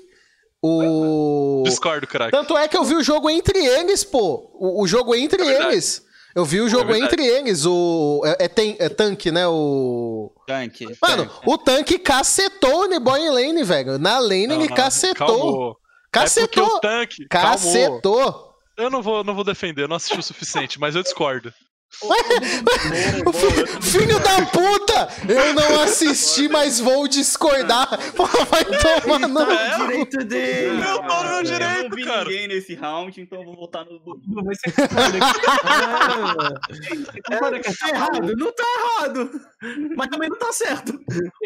Discordo, craque. Tanto é que eu vi o jogo entre eles, pô. O jogo entre eles. Eu vi o jogo entre eles. É tanque, né? Tanque. Mano, o tanque cacetou o Uniboy em lane, velho. Na lane ele cacetou. Calmou. Cacetou. É porque o tanque... Cacetou. Calmou. Eu não vou defender, eu não assisti o suficiente, mas eu discordo. Filho da puta! Eu não assisti, mas vou discordar. Porra, vai tomar no direito dele. Eu tô no meu direito, eu não vi cara. ninguém nesse round, então eu vou votar no Dudu. Tá errado, não tá errado. Mas também não tá certo.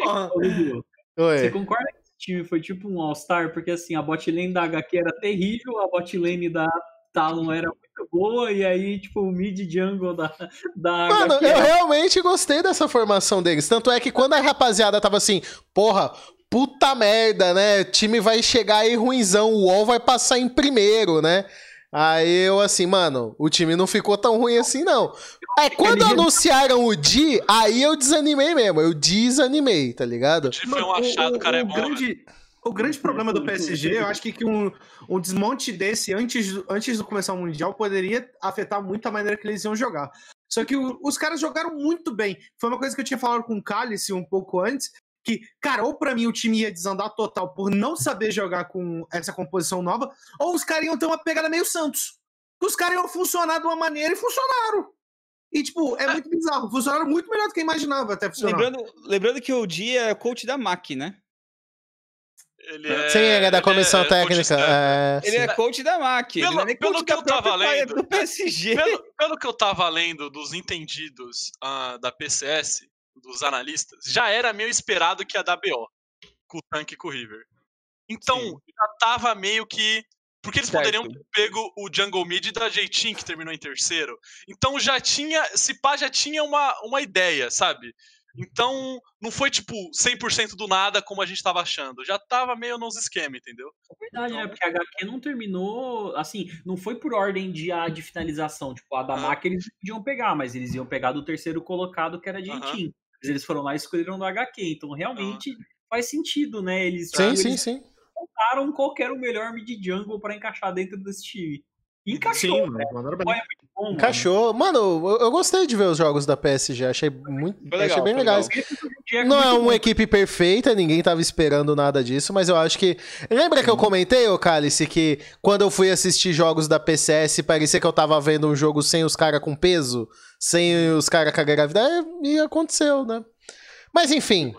Você concorda que esse time foi tipo um All-Star? Porque assim, a bot lane da HQ era terrível, a bot lane da Talon era muito boa, e aí, tipo, o mid jungle da Mano, HQ eu realmente gostei dessa formação deles. Tanto é que quando a rapaziada tava assim, porra, puta merda, né? O time vai chegar aí ruinzão, o UOL vai passar em primeiro, né? Aí eu assim, mano, o time não ficou tão ruim assim, não. Quando anunciaram o Di, aí eu desanimei mesmo. Eu desanimei, tá ligado? O Di foi um achado, cara, é bom. O grande problema do PSG, eu acho que um desmonte desse antes do começar o Mundial poderia afetar muito a maneira que eles iam jogar. Só que os caras jogaram muito bem. Foi uma coisa que eu tinha falado com o Cálice um pouco antes, que, cara, ou pra mim o time ia desandar total por não saber jogar com essa composição nova, ou os caras iam ter uma pegada meio Santos. Os caras iam funcionar de uma maneira e funcionaram. E, tipo, é muito bizarro. Funcionaram muito melhor do que eu imaginava até funcionar. Lembrando que o Di é coach da MAC, né? Ele ele é da comissão técnica. Ele é coach da MAC. Pelo que eu tava lendo do PSG. Pelo que eu tava lendo dos entendidos da PCS, dos analistas, já era meio esperado que ia dar BO com o tanque e com o River. Então, já tava meio que... Porque eles poderiam ter pego o Jungle Mid da J-Team, que terminou em terceiro. Então já tinha... Se pá, já tinha uma ideia, sabe? Então, não foi, tipo, 100% do nada como a gente tava achando. Já tava meio nos esquemas, entendeu? É verdade, né? Porque a HQ não terminou... Assim, não foi por ordem de finalização. Tipo, a da MAC eles podiam pegar, mas eles iam pegar do terceiro colocado, que era J-Team. Mas eles foram lá e escolheram do HQ. Então, realmente, faz sentido, né? Eles montaram qual que era o melhor mid jungle pra encaixar dentro desse time. Encaixou, Sim, né? mandaram bem. O é muito bom, mano. Encaixou. Mano, eu gostei de ver os jogos da PSG. Achei muito. Foi legal, achei bem foi legal. legais. Não é uma equipe perfeita, ninguém tava esperando nada disso, mas eu acho que. Lembra que eu comentei, ô Cálice, que quando eu fui assistir jogos da PCS, parecia que eu tava vendo um jogo sem os caras com peso, sem os caras com a gravidade, e aconteceu, né? Mas enfim.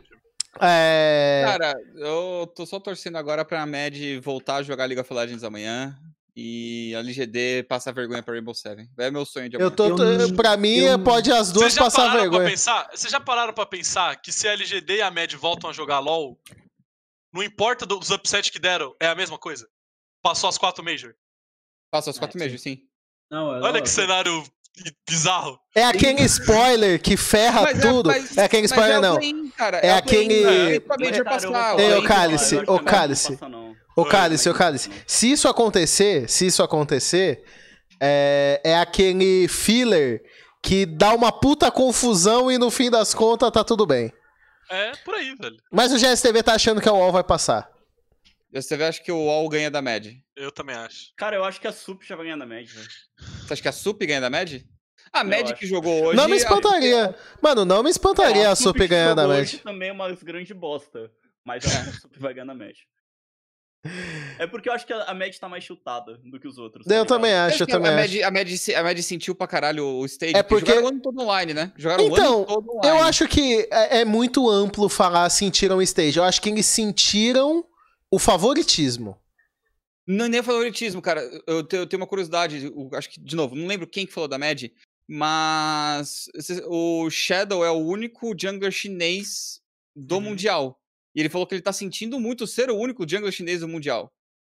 Cara, eu tô só torcendo agora pra Mad voltar a jogar League of Legends amanhã e a LGD passar vergonha pra Rainbow Seven. É meu sonho de amanhã. Pra mim, pode as duas passar vergonha. Vocês já pararam pra pensar que se a LGD e a Mad voltam a jogar LoL, não importa dos upsets que deram, é a mesma coisa? Passou as 4 Major. Passou as 4 Major, sim. Não, Olha que cenário bizarro. É aquele spoiler que ferra tudo. É aquele spoiler, não. É aquele. Ô, Cálice, ô, Cálice. Ô, Cálice, ô, Cálice. Se isso acontecer, é aquele filler que dá uma puta confusão e no fim das contas tá tudo bem. É, por aí, velho. Mas o GSTV tá achando que a UOL vai passar. O GSTV acha que o UOL ganha da Mad. Eu também acho. Cara, eu acho que a Sup já vai ganhar da Mad, velho. Você acha que a Sup ganha da Mad? A Mad que jogou hoje... Não me espantaria. Mano, não me espantaria a Sup ganhar da Mad. Também é uma grande bosta. Mas eu acho que a Sup vai ganhar da Mad. É porque eu acho que a Mad tá mais chutada do que os outros. Eu também acho, eu também acho. A Mad sentiu pra caralho o stage. É porque jogaram o ano todo online, né? Jogaram então, o ano todo online. Eu acho que é muito amplo falar sentiram o stage. Eu acho que eles sentiram o favoritismo. Não é nem favoritismo, cara. Eu tenho uma curiosidade. Acho que, de novo, não lembro quem que falou da Mad, mas o Shadow é o único jungler chinês do Mundial. E ele falou que ele tá sentindo muito ser o único jungler chinês do Mundial.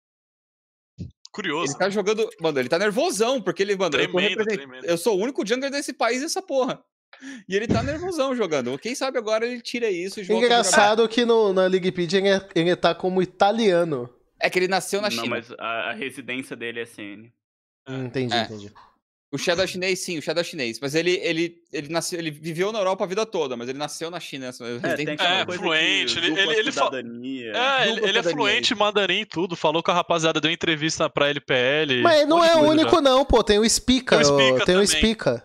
Curioso. Ele tá jogando... Mano, ele tá nervosão, porque ele... Mano, tremendo. Eu sou o único jungler desse país, essa porra. E ele tá nervosão jogando. Quem sabe agora ele tira isso e volta Engraçado que na Leaguepedia ele tá como italiano. É que ele nasceu na China. Não, mas a residência dele é CN. Entendi. O Shadow é chinês, sim, o Shadow é chinês. Mas ele nasceu, ele viveu na Europa a vida toda, mas ele nasceu na China. Fluente. Ele é fluente em mandarim e tudo. Falou com a rapaziada, deu entrevista pra LPL. Mas não é o único, não, pô. Tem o Spica. Tem o Spica.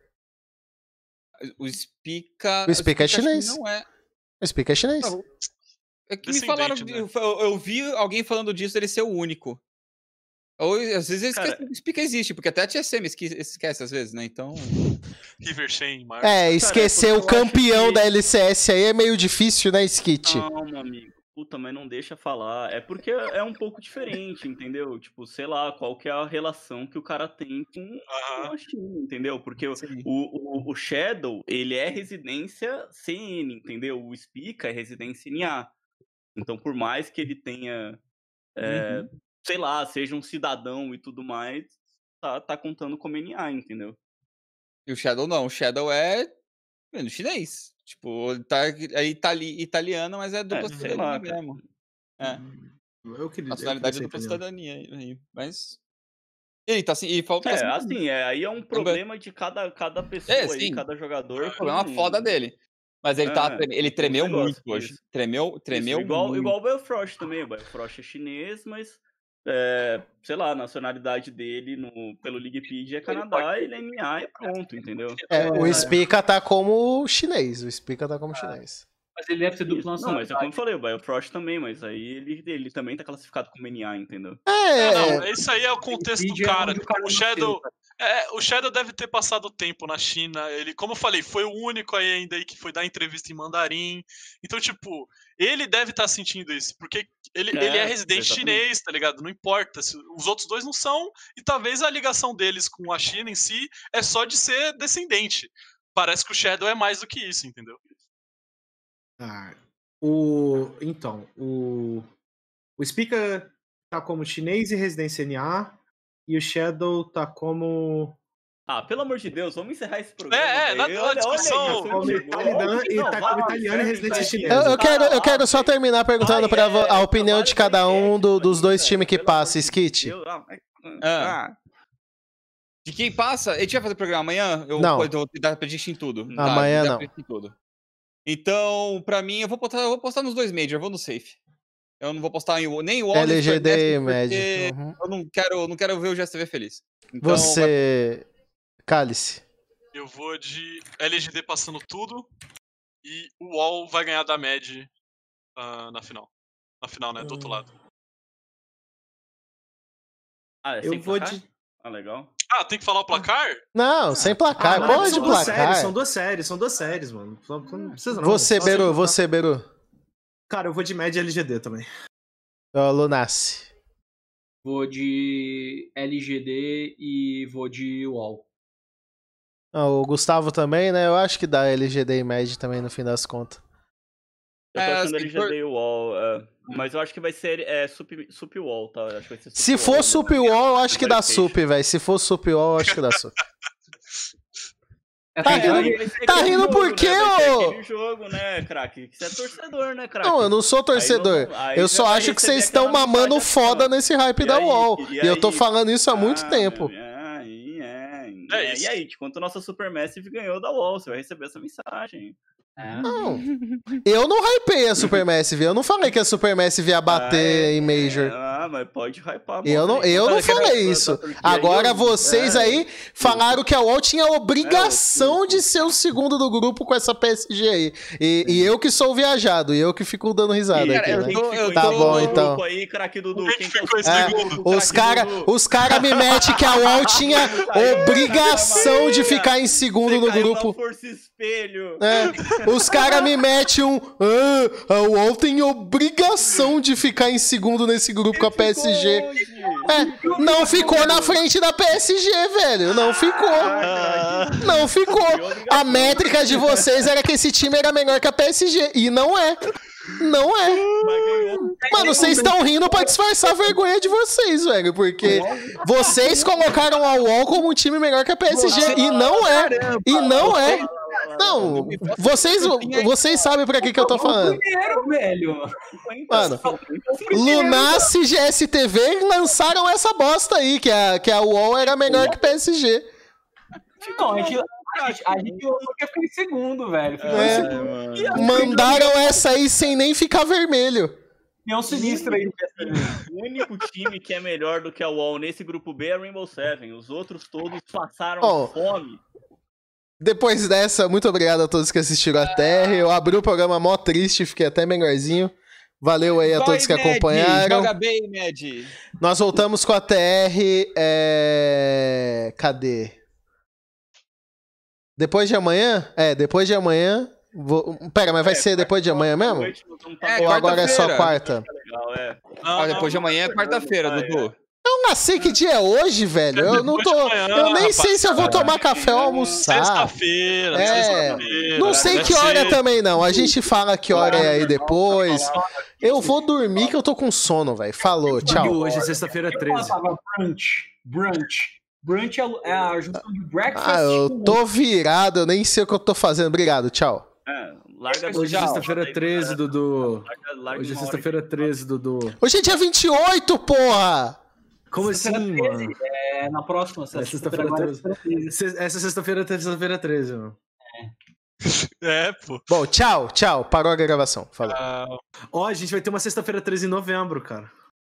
O Spica. O Spica é chinês. Não é. O Spica é chinês. É que me falaram. Né? Eu vi alguém falando disso, ele ser o único. Ou às vezes eu esqueço que o Spica existe, porque até a TSM esquece às vezes, né? Então. Rivershain, Marcos. Esquecer o campeão da LCS aí é meio difícil, né, Skit? Não, meu amigo. Puta, mas não deixa falar. É porque é um pouco diferente, entendeu? Tipo, sei lá, qual que é a relação que o cara tem com a China, entendeu? Porque o Shadow, ele é residência CN, entendeu? O Spica é residência NA. Então, por mais que ele tenha, sei lá, seja um cidadão e tudo mais, tá contando como NA, entendeu? E o Shadow não. O Shadow é chinês. Tipo, é italiano, mas é dupla cidadania mesmo. Eu queria nacionalidade é dupla cidadania aí. Mas. Ele tá assim. E falta aí é um problema de cada pessoa aí, cada jogador. É um problema foda dele. Mas ele tremeu muito hoje. Tremeu muito. Igual o Biofrost também. O Biofrost é chinês, mas. Sei lá, a nacionalidade dele pelo Leaguepedia é Canadá, ele é NA e pronto, entendeu? O Spica tá como chinês. Mas ele deve ser dupla nacionalidade. Não, mas é como eu falei, o Biofrost também, mas aí ele também tá classificado como NA, entendeu? Não, isso aí é o contexto do cara. O Shadow deve ter passado tempo na China. Ele, como eu falei, foi o único aí ainda aí que foi dar entrevista em mandarim. Então, tipo, ele deve estar sentindo isso, porque ele é residente chinês, tá ligado? Não importa. Os outros dois não são, e talvez a ligação deles com a China em si é só de ser descendente. Parece que o Shadow é mais do que isso, entendeu? Então, o Spica tá como chinês e residência NA, e o Shadow tá como... pelo amor de Deus, vamos encerrar esse programa. Na discussão. Tá como italiano e residência chinesa. Eu quero só terminar perguntando a opinião de cada um dos dois times que passa, Skit. De quem passa? A gente vai fazer programa amanhã? Não. Eu vou dar prediction em tudo. Amanhã não. Então, pra mim, eu vou postar nos dois Major, eu vou no safe. Eu não vou postar nem o Wall LGD e Magic. Eu não quero ver o GSTV feliz. Então, Você Cálice. Eu vou de LGD passando tudo e o UOL vai ganhar da Mad na final. Na final, né? Do outro lado. Ah, é Eu sem vou placar? de. Ah, legal. Ah, tem que falar o placar? Não, sem placar. não, Pode são duas séries, placar. são duas séries, mano. Não precisa não. Você, Só Beru, sem você, Beru. Cara, eu vou de média LGD também. Ó, Lunassi. Vou de LGD e vou de UOL. Ah, o Gustavo também, né? Eu acho que dá LGD e MED também no fim das contas. Eu tô achando assim, LGD e UOL, mas eu acho que vai ser Sup UOL, tá? Eu acho que vai ser Sup Se UOL, for né? Sup UOL, eu acho que dá Clarification. Sup, velho. Se for Sup UOL, eu acho que dá Sup. Essa Tá ideia- rindo- Vai ser tá aquele rindo jogo, por quê, né? Vai ser ô? aquele jogo, né, craque? Que você é torcedor, né, craque? Não, eu não sou torcedor. Eu só acho que vocês estão mamando foda nesse hype da UOL. E eu tô falando isso há muito tempo. E aí, te conta o nosso Supermassive ganhou da UOL, você vai receber essa mensagem. Não. Eu não hypei a Supermassive. Eu não falei que a Supermassive ia bater em Major. Mas pode hypar. Eu não falei isso. Agora vocês aí falaram que a UOL tinha a obrigação de ser o segundo do grupo com essa PSG aí. E eu que sou o viajado, e eu que fico dando risada Cara, aqui, eu né? tô- Tá bom, no então. grupo aí, craque Dudu. Quem Quem que é o ficou em segundo? Os cara me metem que a UOL tinha obrigação de ficar em segundo no grupo. Força Espelho. Os caras me metem a UOL tem obrigação de ficar em segundo nesse grupo com a PSG. Não ficou na frente da PSG, velho. Não ficou. Não ficou. A métrica de vocês era que esse time era melhor que a PSG. E não é. Não é. Mano, vocês estão rindo pra disfarçar a vergonha de vocês, velho. Porque vocês colocaram a UOL como um time melhor que a PSG. E não é. E não é. Não, vocês sabem pra que eu tô falando. Primeiro, velho. Mano, Lunassi e GSTV lançaram essa bosta aí, que a UOL era melhor que PSG. Não, a gente só quer ficar em segundo, velho. Mandaram essa aí sem nem ficar vermelho. Tem um sinistro aí. O único time que é melhor do que a UOL nesse grupo B é a Rainbow Seven. Os outros todos passaram Ó, fome. Depois dessa, muito obrigado a todos que assistiram a TR. Eu abri o programa mó triste, fiquei até melhorzinho. Valeu aí a todos que acompanharam. Joga bem, Med. Nós voltamos com a TR. Cadê? Depois de amanhã? Depois de amanhã. Pera, mas vai ser depois de amanhã mesmo? Ou agora é só quarta? Depois de amanhã é quarta-feira, Dudu. Eu não sei que dia é hoje, velho. Eu não tô. Eu nem sei se eu vou tomar café ou almoçar. Sexta-feira, sexta-feira. Não sei que hora também, não. A gente fala que hora é aí depois. Eu vou dormir que eu tô com sono, velho. Falou, E tchau. hoje é sexta-feira 13. Brunch é a junção de breakfast. Eu tô virado, eu nem sei o que eu tô fazendo. Obrigado, tchau. Hoje é sexta-feira 13, Dudu. Hoje é sexta-feira 13, Dudu. Hoje é dia 28, porra! Como assim, mano? Na próxima sexta-feira 13. Essa sexta-feira é sexta-feira 13, mano. Pô. Bom, tchau. Parou a gravação. Falou. Ó, a gente vai ter uma sexta-feira 13 em novembro, cara.